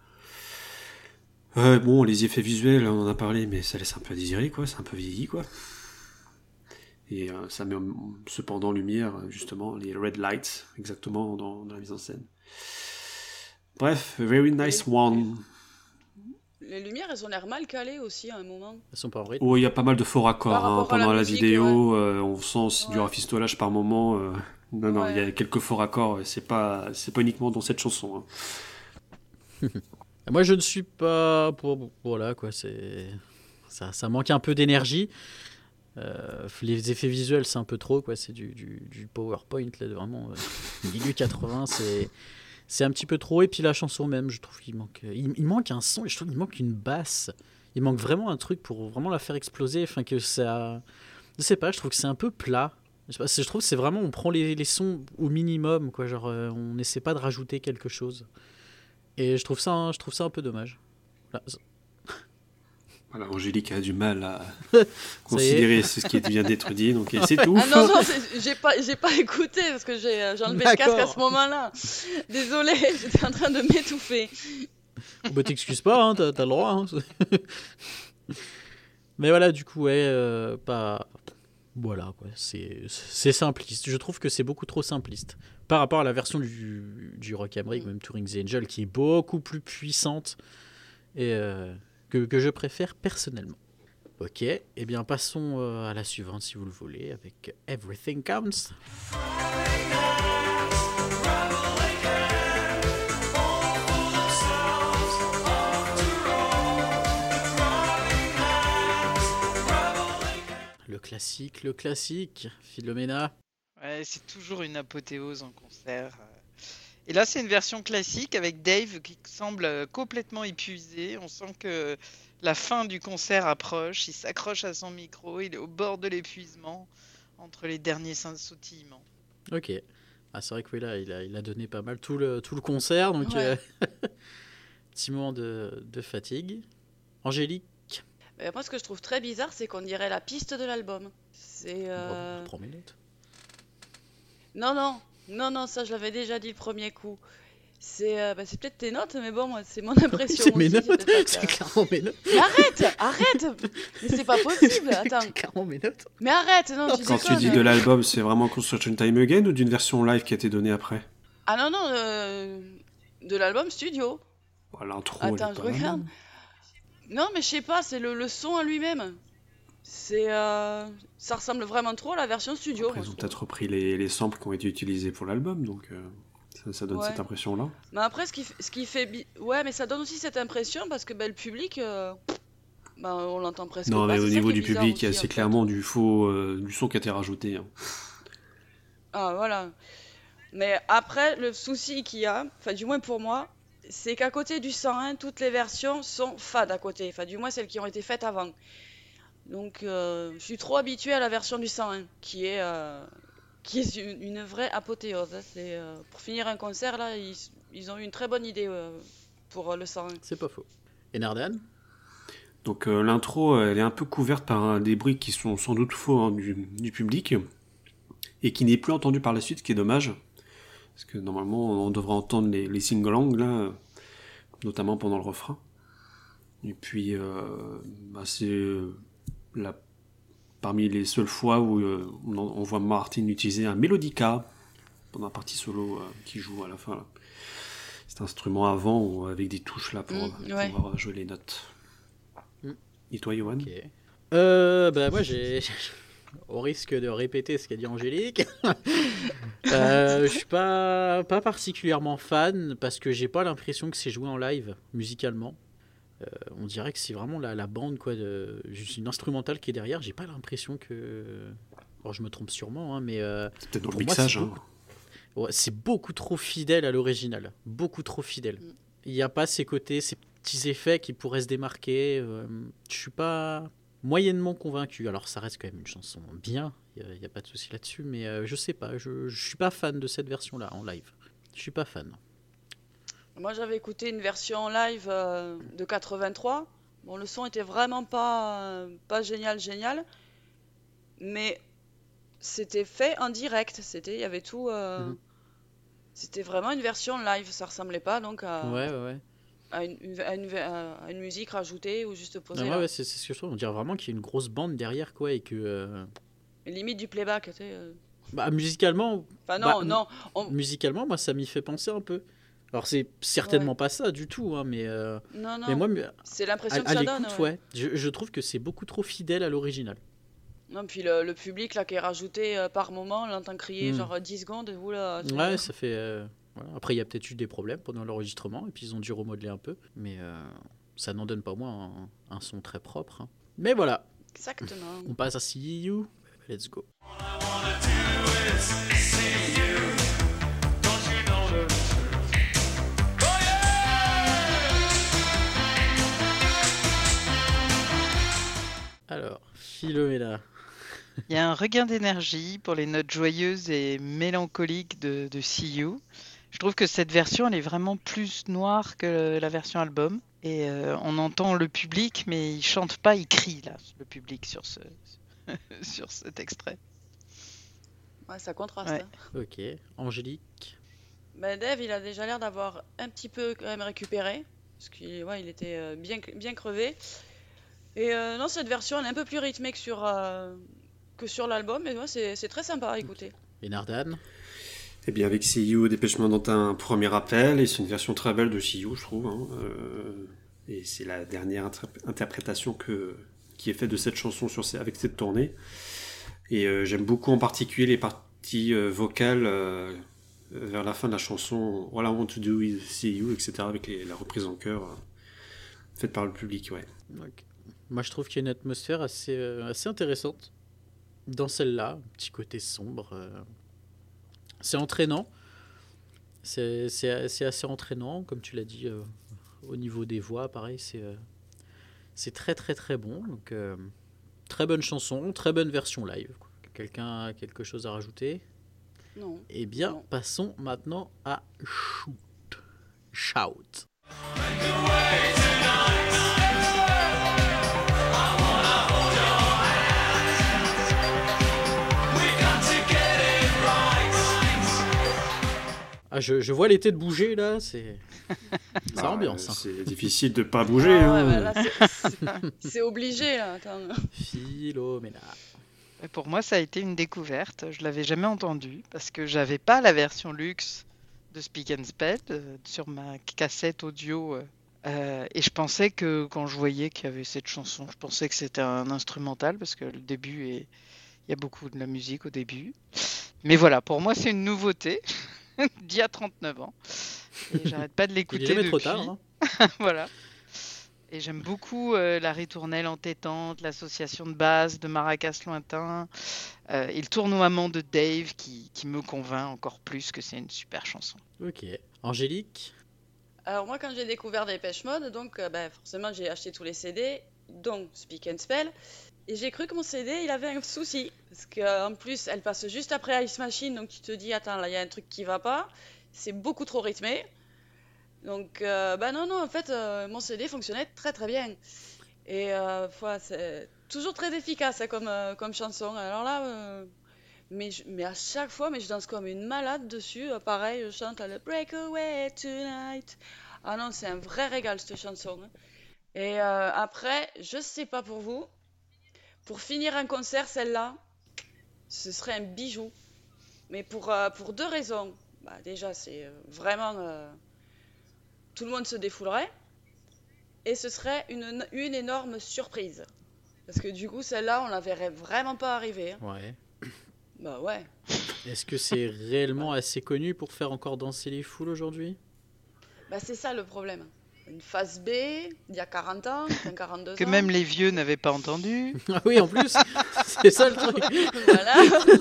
Bon, les effets visuels, on en a parlé, mais ça laisse un peu à désirer, quoi. C'est un peu vieilli, quoi. Et ça met cependant en lumière, justement, les red lights, exactement, dans la mise en scène. Bref, very nice one. Les lumières, elles ont l'air mal calées aussi à un moment. Elles sont pas en rythme. Oh, il y a pas mal de faux raccords Par rapport à pendant la la musique, vidéo. On sent aussi du Ouais. rafistolage par moment. Non, il y a Ouais. quelques faux raccords. Et c'est pas uniquement dans cette chanson. Hein. Moi, je ne suis pas voilà quoi. Ça manque un peu d'énergie. Les effets visuels, c'est un peu trop quoi. C'est du PowerPoint là, vraiment milieu 80. C'est un petit peu trop. Et puis la chanson même, je trouve qu'il manque. Il manque un son. Et je trouve qu'il manque une basse. Il manque vraiment un truc pour vraiment la faire exploser. Enfin que ça. Je sais pas. Je trouve que c'est un peu plat. Je sais pas, je trouve que c'est vraiment on prend les sons au minimum quoi. Genre on n'essaie pas de rajouter quelque chose. Et je trouve ça un peu dommage. Voilà. Voilà, Angélique a du mal à Ça y est. considérer ce qui vient d'être dit. Donc c'est tout. Ah non, non, j'ai pas écouté parce que j'ai enlevé le casque à D'accord. ce moment-là. Désolée, j'étais en train de m'étouffer. Bah t'excuses pas, hein, t'as le droit. Hein. Mais voilà, du coup, ouais, pas. Voilà, quoi. C'est simpliste. Je trouve que c'est beaucoup trop simpliste. Par rapport à la version du Rock am Ring, même Touring the Angel, qui est beaucoup plus puissante et que je préfère personnellement. Ok, et bien passons à la suivante si vous le voulez, avec Everything Counts. Le classique, Philomena. Ouais, c'est toujours une apothéose en concert. Et là, c'est une version classique avec Dave qui semble complètement épuisé. On sent que la fin du concert approche. Il s'accroche à son micro. Il est au bord de l'épuisement entre les derniers sautillements. Ok. Ah, c'est vrai que oui, là, il a donné pas mal tout le concert, donc Ouais. petit moment de fatigue. Angélique, Moi, ce que je trouve très bizarre, c'est qu'on dirait la piste de l'album. C'est. je prends mes notes. Non, ça je l'avais déjà dit le premier coup. C'est peut-être tes notes, mais bon, moi, c'est mon impression. C'est mes aussi, notes, peut-être pas que- c'est clairement mes notes. Mais arrête! Mais c'est pas possible, attends. C'est clairement mes notes. Mais arrête, non, tu Quand tu déconnes. dis de l'album, c'est vraiment Construction Time Again ou d'une version live qui a été donnée après? Ah non, de l'album studio. Voilà, l'intro, elle est Attends, pas je regarde. mal. Non, mais je sais pas, c'est le son en lui-même. Ça ressemble vraiment trop à la version studio. Après, moi, ils ont je trouve. peut-être repris les samples qui ont été utilisés pour l'album, donc ça donne Ouais. cette impression-là. Mais après, ce qui fait. Ouais, mais ça donne aussi cette impression parce que le public, on l'entend presque Non, pas. mais C'est au ça niveau qui est du bizarre public, il y a aussi, assez en fait. clairement du son qui a été rajouté. Hein. Ah, voilà. Mais après, le souci qu'il y a, enfin, du moins pour moi, c'est qu'à côté du 101, toutes les versions sont fades à côté. Enfin, du moins celles qui ont été faites avant. Donc, je suis trop habituée à la version du 101, qui est une vraie apothéose. Hein. Pour finir un concert, là, ils ont eu une très bonne idée pour le 101. C'est pas faux. Et Nardan? Donc l'intro, elle est un peu couverte par des bruits qui sont sans doute faux hein, du public et qui n'est plus entendu par la suite, ce qui est dommage. Parce que normalement, on devrait entendre les sing-along, là, notamment pendant le refrain. Et puis, c'est parmi les seules fois où on voit Martin utiliser un mélodica pendant la partie solo qui joue à la fin. Là. C'est un instrument avant avec des touches là pour ouais. pouvoir jouer les notes. Et toi, Johan? Ok. Moi, j'ai. Au risque de répéter ce qu'a dit Angélique, je suis pas particulièrement fan parce que j'ai pas l'impression que c'est joué en live musicalement. On dirait que c'est vraiment la bande quoi, juste une instrumentale qui est derrière. J'ai pas l'impression que. Alors, je me trompe sûrement, hein, mais C'est peut-être dans le pour moi, mixage. c'est beaucoup trop fidèle à l'original, beaucoup trop fidèle. Il n'y a pas ces côtés, ces petits effets qui pourraient se démarquer. Je suis pas moyennement convaincu. Alors ça reste quand même une chanson bien, il n'y a pas de souci là-dessus, mais je sais pas, je suis pas fan de cette version-là en live. Je suis pas fan. Moi, j'avais écouté une version live de 83. Bon, le son était vraiment pas génial, génial, mais c'était fait en direct. Il y avait tout. Mhm. C'était vraiment une version live. Ça ressemblait pas donc Ouais, ouais, ouais. à une musique rajoutée ou juste Non, posée ouais, là. ouais, c'est ce que je trouve. On dirait vraiment qu'il y a une grosse bande derrière, quoi, et que. Limite du playback, tu sais. Bah, musicalement, Enfin, bah, non, non. musicalement, moi, ça m'y fait penser un peu. Alors, c'est Ouais. certainement pas ça du tout, hein, Non, mais non. moi, C'est à, l'impression que à ça donne, l'écoute, ouais. ouais, je trouve que c'est beaucoup trop fidèle à l'original. Non, puis le public là qui est rajouté par moment, on l'entend crier Hmm. genre 10 secondes. Oula, Ouais, ça fait. Voilà. Après, il y a peut-être eu des problèmes pendant l'enregistrement, et puis ils ont dû remodeler un peu, mais ça n'en donne pas moins un son très propre, hein. Mais voilà, Exactement. on passe à See You. Let's go. Alors, Philomena. Il y a un regain d'énergie pour les notes joyeuses et mélancoliques de See You. Je trouve que cette version, elle est vraiment plus noire que la version album. Et on entend le public, mais il chante pas, il crie là, le public sur cet extrait. Ouais, ça contraste. Ouais. Hein. Ok. Angélique. Ben, Dave, il a déjà l'air d'avoir un petit peu quand même récupéré. Parce qu'il ouais, il était bien crevé. Et non, cette version, elle est un peu plus rythmée que sur l'album. Mais ouais, c'est très sympa à écouter. Et Nardan. Et bien avec See You, Dépêche Mode ont un premier appel, et c'est une version très belle de See You, je trouve. Hein. Et c'est la dernière interprétation qui est faite de cette chanson avec cette tournée. Et j'aime beaucoup en particulier les parties vocales vers la fin de la chanson All I Want to Do is See You, etc. avec la reprise en chœur faite par le public. Ouais. Ok. Moi, je trouve qu'il y a une atmosphère assez intéressante dans celle-là. Un petit côté sombre. C'est entraînant. C'est assez entraînant, comme tu l'as dit, au niveau des voix. Pareil, c'est très très très bon. Donc, très bonne chanson, très bonne version live. Quoi. Quelqu'un a quelque chose à rajouter? Non. Eh bien, Non. passons maintenant à Shout. Ah, je vois l'été de bouger là, c'est ça ambiance. Hein. C'est difficile de pas bouger. Ah, hein. ouais, bah, là, c'est obligé, là. Attends. Philomena. Et pour moi, ça a été une découverte. Je l'avais jamais entendu parce que j'avais pas la version luxe de Speak and Spell sur ma cassette audio. Et je pensais que quand je voyais qu'il y avait cette chanson, je pensais que c'était un instrumental parce que le début il y a beaucoup de la musique au début. Mais voilà, pour moi, c'est une nouveauté d'il y a 39 ans. Et j'arrête pas de Il l'écouter est jamais trop depuis. tard. Hein. Voilà. Et j'aime beaucoup la ritournelle entêtante, l'association de basse, de maracas lointain, et le tournoiement de Dave qui me convainc encore plus que c'est une super chanson. Ok. Angélique. Alors moi, quand j'ai découvert Dépêche Mode, donc ben, forcément j'ai acheté tous les CD, dont Speak and Spell, et j'ai cru que mon CD il avait un souci, parce qu'en plus elle passe juste après Ice Machine, donc tu te dis attends là il y a un truc qui va pas, c'est beaucoup trop rythmé, donc bah non en fait mon CD fonctionnait très très bien, et voilà, c'est toujours très efficace hein, comme chanson. Alors là, mais à chaque fois, mais je danse comme une malade dessus. Pareil, je chante le Breakaway Tonight. Ah non, c'est un vrai régal cette chanson. Hein. Et après, je sais pas pour vous, pour finir un concert, celle-là, ce serait un bijou. Mais pour deux raisons. Bah, déjà, c'est vraiment. Tout le monde se défoulerait. Et ce serait une énorme surprise. Parce que du coup, celle-là, on la verrait vraiment pas arriver. Hein. Ouais. Bah ouais. Est-ce que c'est réellement assez connu pour faire encore danser les foules aujourd'hui? Bah c'est ça le problème. Une phase B, il y a 40 ans, enfin 42 Que ans. même les vieux n'avaient pas entendu. Ah oui, en plus, c'est ça le truc. Voilà.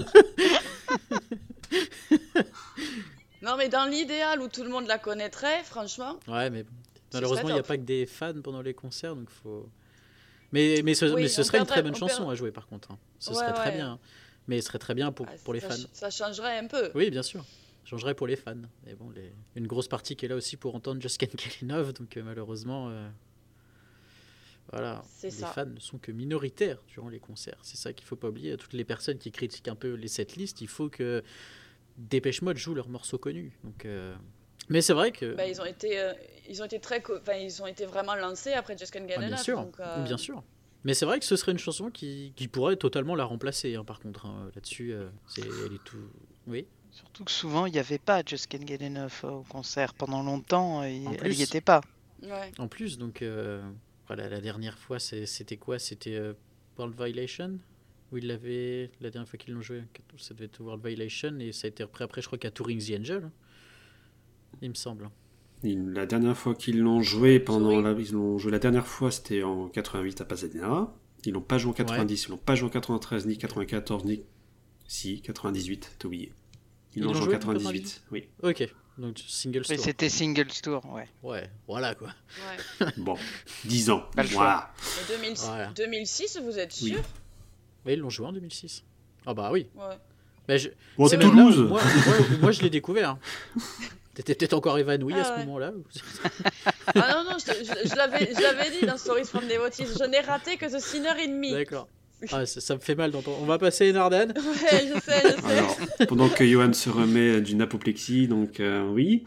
Non mais dans l'idéal où tout le monde la connaîtrait, franchement. Ouais, mais Ce malheureusement, il serait n'y a top. pas que des fans pendant les concerts, donc faut. Mais Oui, ce on serait une très perdrait- bonne on chanson perd- à jouer par contre. Hein. Ce Ouais, serait très ouais. bien. Mais ce serait très bien pour les fans. Ça changerait un peu. Oui, bien sûr. Je changerais pour les fans. Mais bon, une grosse partie qui est là aussi pour entendre Just Can't Get Enough, donc malheureusement, voilà, C'est les ça. fans ne sont que minoritaires durant les concerts. C'est ça qu'il faut pas oublier. Toutes les personnes qui critiquent un peu les setlists, il faut que Dépêche Mode joue leurs morceaux connus. Donc, mais c'est vrai que... Bah, ils ont été ils ont été vraiment lancés après Just Can't Get bien Enough. sûr, donc, bien sûr. Mais c'est vrai que ce serait une chanson qui pourrait totalement la remplacer, hein, par contre. Là-dessus, elle est tout... Oui. Surtout que souvent, il n'y avait pas Just Can't Get Enough au concert. Pendant longtemps, elle plus. n'y était pas. ouais. En plus, donc, voilà, la dernière fois, c'était quoi? C'était World Violation? Où ils l'avaient... La dernière fois qu'ils l'ont joué, ça devait être World Violation, et ça a été repris après, je crois, qu'à Touring the Angel, hein, il me semble. La dernière fois qu'ils l'ont joué, Touring. ils l'ont joué la dernière fois, c'était en 88 à Pasadena. Ils l'ont pas joué en 90, ils l'ont pas joué en 93, ni 94, ni... Si, 98, t'as oublié. Ils l'ont joué en 98, oui. Ok, donc single Mais store. c'était Single Tour, ouais. Ouais, voilà quoi. Ouais. Bon, 10 ans. Pas le choix. Voilà. Mais 2006, Voilà. 2006, vous êtes Oui. sûr? Mais ils l'ont joué en 2006. Ah bah oui. Ouais. Bah, Bon, c'est Toulouse. même là, moi, je l'ai découvert. T'étais peut-être encore évanoui à ce ouais. moment-là. Ah non, je l'avais dit dans Stories from Devotees. Je n'ai raté que The Sinner in Me. D'accord. Ah, ça me fait mal d'entendre. On va passer une Ardennes. Ouais, je sais. Alors, pendant que Johan se remet d'une apoplexie, donc oui.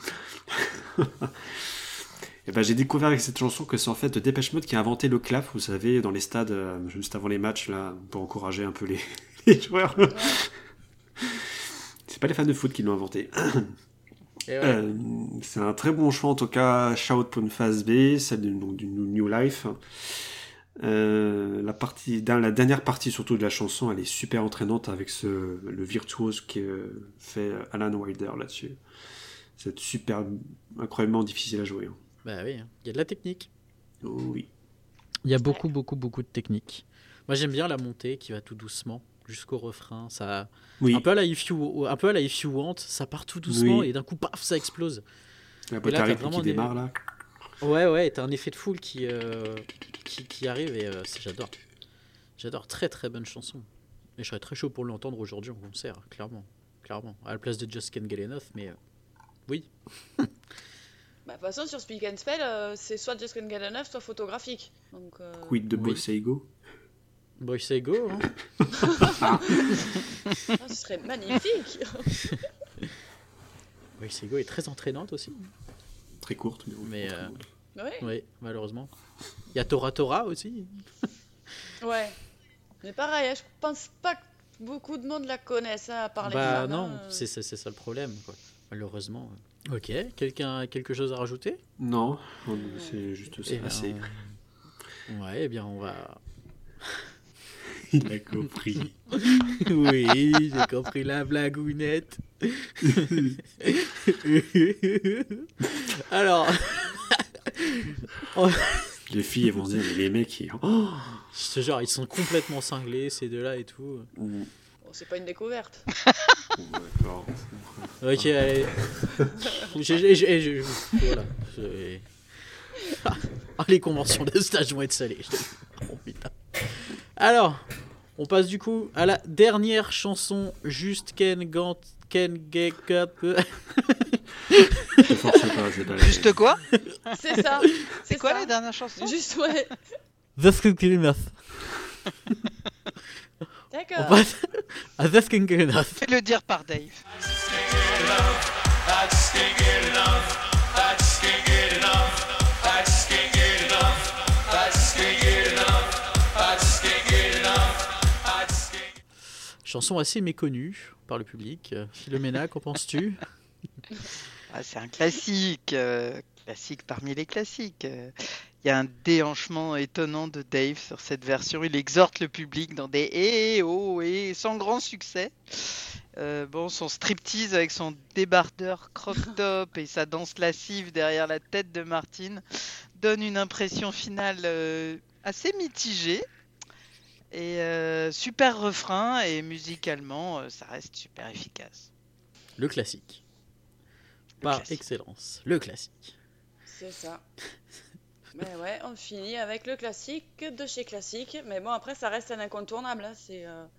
Et ben, j'ai découvert avec cette chanson que c'est en fait Dépêche Mode qui a inventé le clap, vous savez, dans les stades, juste avant les matchs, là, pour encourager un peu les joueurs. C'est pas les fans de foot qui l'ont inventé. Et ouais. C'est un très bon choix en tout cas. Shout pour une phase B, celle du New Life. La dernière partie surtout de la chanson, elle est super entraînante avec le virtuose qui fait Alan Wilder là-dessus. C'est super incroyablement difficile à jouer. Hein. Bah oui, il y a de la technique. Oh, oui. Il y a beaucoup de technique. Moi j'aime bien la montée qui va tout doucement jusqu'au refrain. Ça, Oui. un peu à la If You Want, ça part tout doucement Oui. et d'un coup paf ça explose. La Et boîte là, à t'as rythme vraiment qui démarre là. Ouais, t'as un effet de foule qui arrive et j'adore. Très très bonne chanson. Et je serais très chaud pour l'entendre aujourd'hui en concert, clairement. À la place de Just Can't Get Enough, mais oui. Bah, de toute façon, sur Speak and Spell, c'est soit Just Can't Get Enough, soit photographique. Donc, Quid de Oui. Bossé Go. Boy Say Go, hein. ce serait magnifique. Boy Say Go est très entraînante aussi. Très courte, mais, Mais, très cool. Ouais. Oui, malheureusement. Il y a Tora Tora aussi. Ouais. Mais pareil, je pense pas que beaucoup de monde la connaissent, hein, à part les Bah fans, non, hein. c'est ça le problème, quoi. Malheureusement. Ok, quelqu'un a quelque chose à rajouter? Non, c'est juste ça. Eh ben, Assez. Ouais, eh bien on va... Il a compris. Oui, j'ai compris la blagounette. Alors, Les filles elles vont se dire, mais les mecs, oh je te jure, ils sont complètement cinglés, ces deux-là et tout. Bon, c'est pas une découverte. D'accord. Ok, allez. Voilà. Ah, les conventions de stage vont être salées. je te jure. Oh, putain. Alors, on passe du coup à la dernière chanson, Just Can Get Up. Je force pas, c'est pas la Juste quoi? C'est ça. C'est quoi ça. la dernière chanson? Juste, ouais. Just Can Get Enough. On D'accord. passe à Just Can Get Enough. Fais-le dire par Dave. I just can't get enough. I just can't get enough. I just can't get enough. I just can't get enough. I just can't get enough. I just can't. Chanson assez méconnue par le public. Philomena, qu'en penses-tu? Ah, c'est un classique, classique parmi les classiques. Il y a un déhanchement étonnant de Dave sur cette version. Il exhorte le public dans des eh oh et sans grand succès. Bon, son striptease avec son débardeur croc-top et sa danse lascive derrière la tête de Martin donne une impression finale assez mitigée. Et super refrain et musicalement, ça reste super efficace. Le classique. Le Par classique. excellence. Le classique. C'est ça. Mais ouais, on finit avec le classique de chez Classique. Mais bon, après, ça reste un incontournable, hein.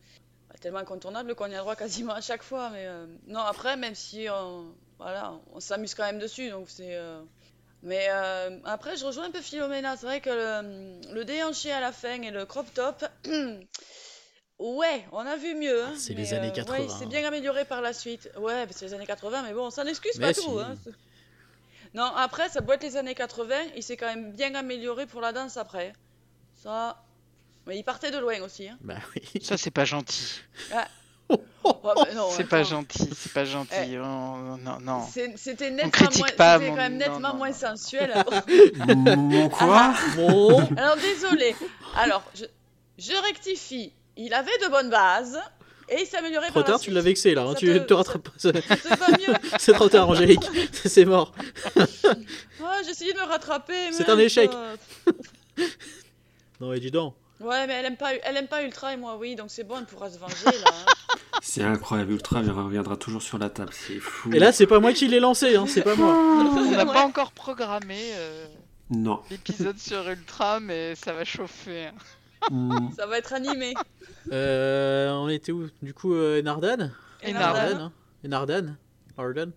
tellement incontournable qu'on y a droit quasiment à chaque fois. Mais non, après, même si on s'amuse quand même dessus, donc c'est. Mais après, je rejoins un peu Philomena. C'est vrai que le déhanché à la fin et le crop top, ouais, on a vu mieux. Hein, C'est mais, les années 80. Ouais, c'est bien amélioré par la suite. Ouais, c'est les années 80, mais bon, ça n'excuse Mais pas si. tout. Hein. Non, après, ça doit être les années 80. Il s'est quand même bien amélioré pour la danse après. Ça. Mais il partait de loin aussi. Hein. Bah oui. Ça, c'est pas gentil. Oh, bah, non, C'est pas attends. gentil, c'est pas gentil. Non, non. C'était critique moins, pas, c'était mon- quand même non, nettement non, moins non. sensuel. Mon quoi? Bon. Alors désolé. Alors je rectifie. Il avait de bonnes bases et il s'est amélioré Trop par la tard, tu suite. l'as vexé là. Hein. Ça Tu te- te rattrapes pas. Ça te va mieux. C'est trop tard, Angélique. C'est mort. J'ai essayé de me rattraper. C'est mais un échec. ça- Non, mais dis donc. Ouais, mais elle aime pas Ultra et moi oui, donc c'est bon, elle pourra se venger là. Hein. C'est incroyable, Ultra reviendra toujours sur la table, c'est fou. Et là, c'est pas moi qui l'ai lancé, hein. C'est pas moi. On n'a Ouais. pas encore programmé Non. l'épisode sur Ultra, mais ça va chauffer. Hein. Mm. Ça va être animé. On était où? Du coup, Nardan. Et Nardan. Hein. Et Nardan. Ardan.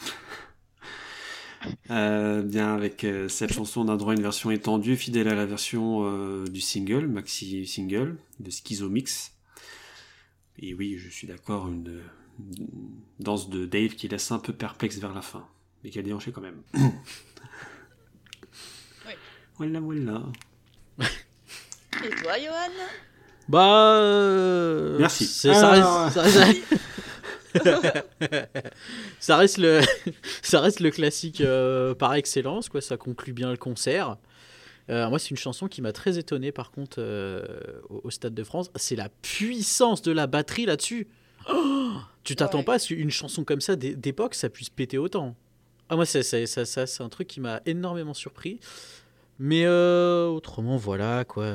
Bien, avec cette chanson, on a droit à une version étendue, fidèle à la version du single, maxi single, de Schizo Mix. Et oui, je suis d'accord, une danse de Dave qui laisse un peu perplexe vers la fin, mais qui a déhanché quand même. Oui. Voilà. Et toi, Johan? Bah. Merci. Ça Alors, ça reste le, ça reste le classique par excellence, quoi. Ça conclut bien le concert. Moi, c'est une chanson qui m'a très étonné, par contre, au Stade de France. C'est la puissance de la batterie là-dessus. Oh, tu t'attends Ouais. pas à ce qu'une chanson comme ça d'époque, ça puisse péter autant. Ah, moi, c'est un truc qui m'a énormément surpris. Mais autrement, voilà, quoi.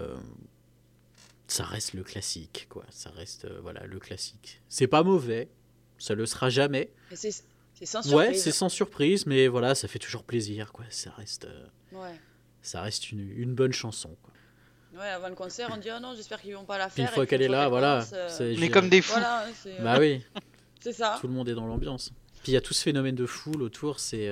Ça reste le classique, quoi. Ça reste, voilà, le classique. C'est pas mauvais, ça le sera jamais. Mais c'est sans Ouais, surprise. c'est sans surprise, mais voilà, ça fait toujours plaisir, quoi. Ça reste une bonne chanson, quoi. Ouais, avant le concert, on dit oh non, j'espère qu'ils vont pas la Puis faire. une fois et puis qu'elle est là, voilà. commence, c'est- On est comme des fous. Voilà, c'est Bah oui, c'est ça. tout le monde est dans l'ambiance. Puis il y a tout ce phénomène de foule autour, c'est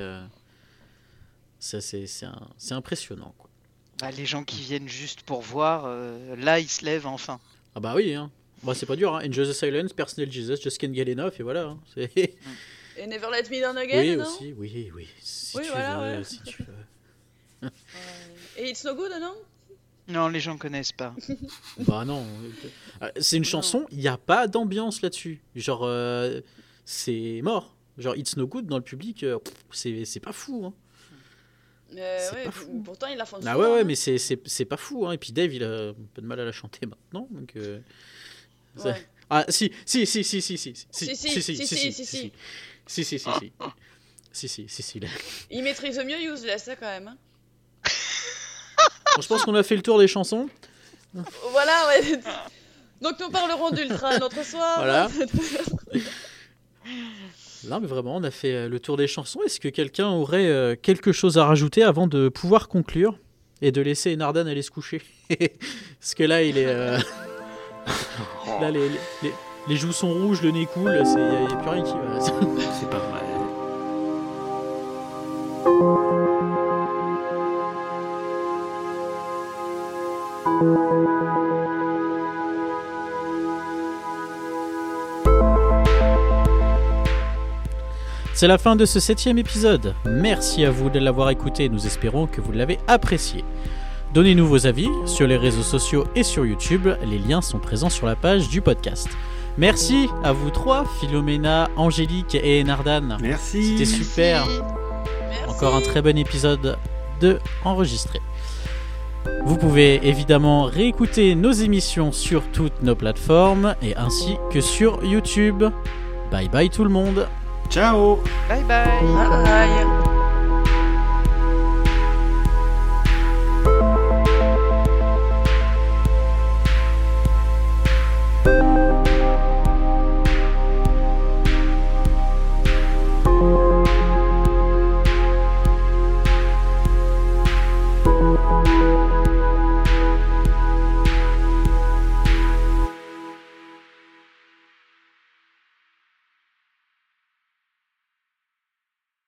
impressionnant, quoi. Bah, les gens qui viennent juste pour voir, là, ils se lèvent enfin. Ah bah oui, hein. Bah, c'est pas dur, hein. Enjoy the Silence, Personal Jesus, Just Can't Get Enough, et voilà. Hein. C'est... Et Never Let Me Down Again, Oui, non aussi, oui. Si Oui, tu voilà, veux, ouais. si tu veux. Et It's No Good, non Non, les gens connaissent pas. Bah non. C'est une chanson, il n'y a pas d'ambiance là-dessus. Genre, c'est mort. Genre, It's No Good dans le public, c'est pas fou. Hein. C'est ouais, pas fou. pourtant ils la font Ah souvent, ouais, hein. mais c'est pas fou. Hein. Et puis Dave, il a un peu de mal à la chanter maintenant. Donc, c'est- Ouais. Ah, si. Si. Là. Il maîtrise mieux Useless, hein, quand même. Hein. Bon, je pense qu'on a fait le tour des chansons. Voilà, ouais. Donc nous parlerons d'Ultra un autre soir. Voilà. Non, mais vraiment, on a fait le tour des chansons. Est-ce que quelqu'un aurait quelque chose à rajouter avant de pouvoir conclure et de laisser Nardan aller se coucher? Parce que là, il est. Là, les joues sont rouges, le nez coule, il n'y a plus rien qui va. C'est pas vrai. C'est la fin de ce 7e épisode. Merci à vous de l'avoir écouté. Nous espérons que vous l'avez apprécié. Donnez-nous vos avis sur les réseaux sociaux et sur YouTube. Les liens sont présents sur la page du podcast. Merci à vous trois, Philomena, Angélique et Nardan. Merci. C'était super. Merci. Encore un très bon épisode de enregistré. Vous pouvez évidemment réécouter nos émissions sur toutes nos plateformes et ainsi que sur YouTube. Bye bye tout le monde. Ciao. Bye bye. Bye.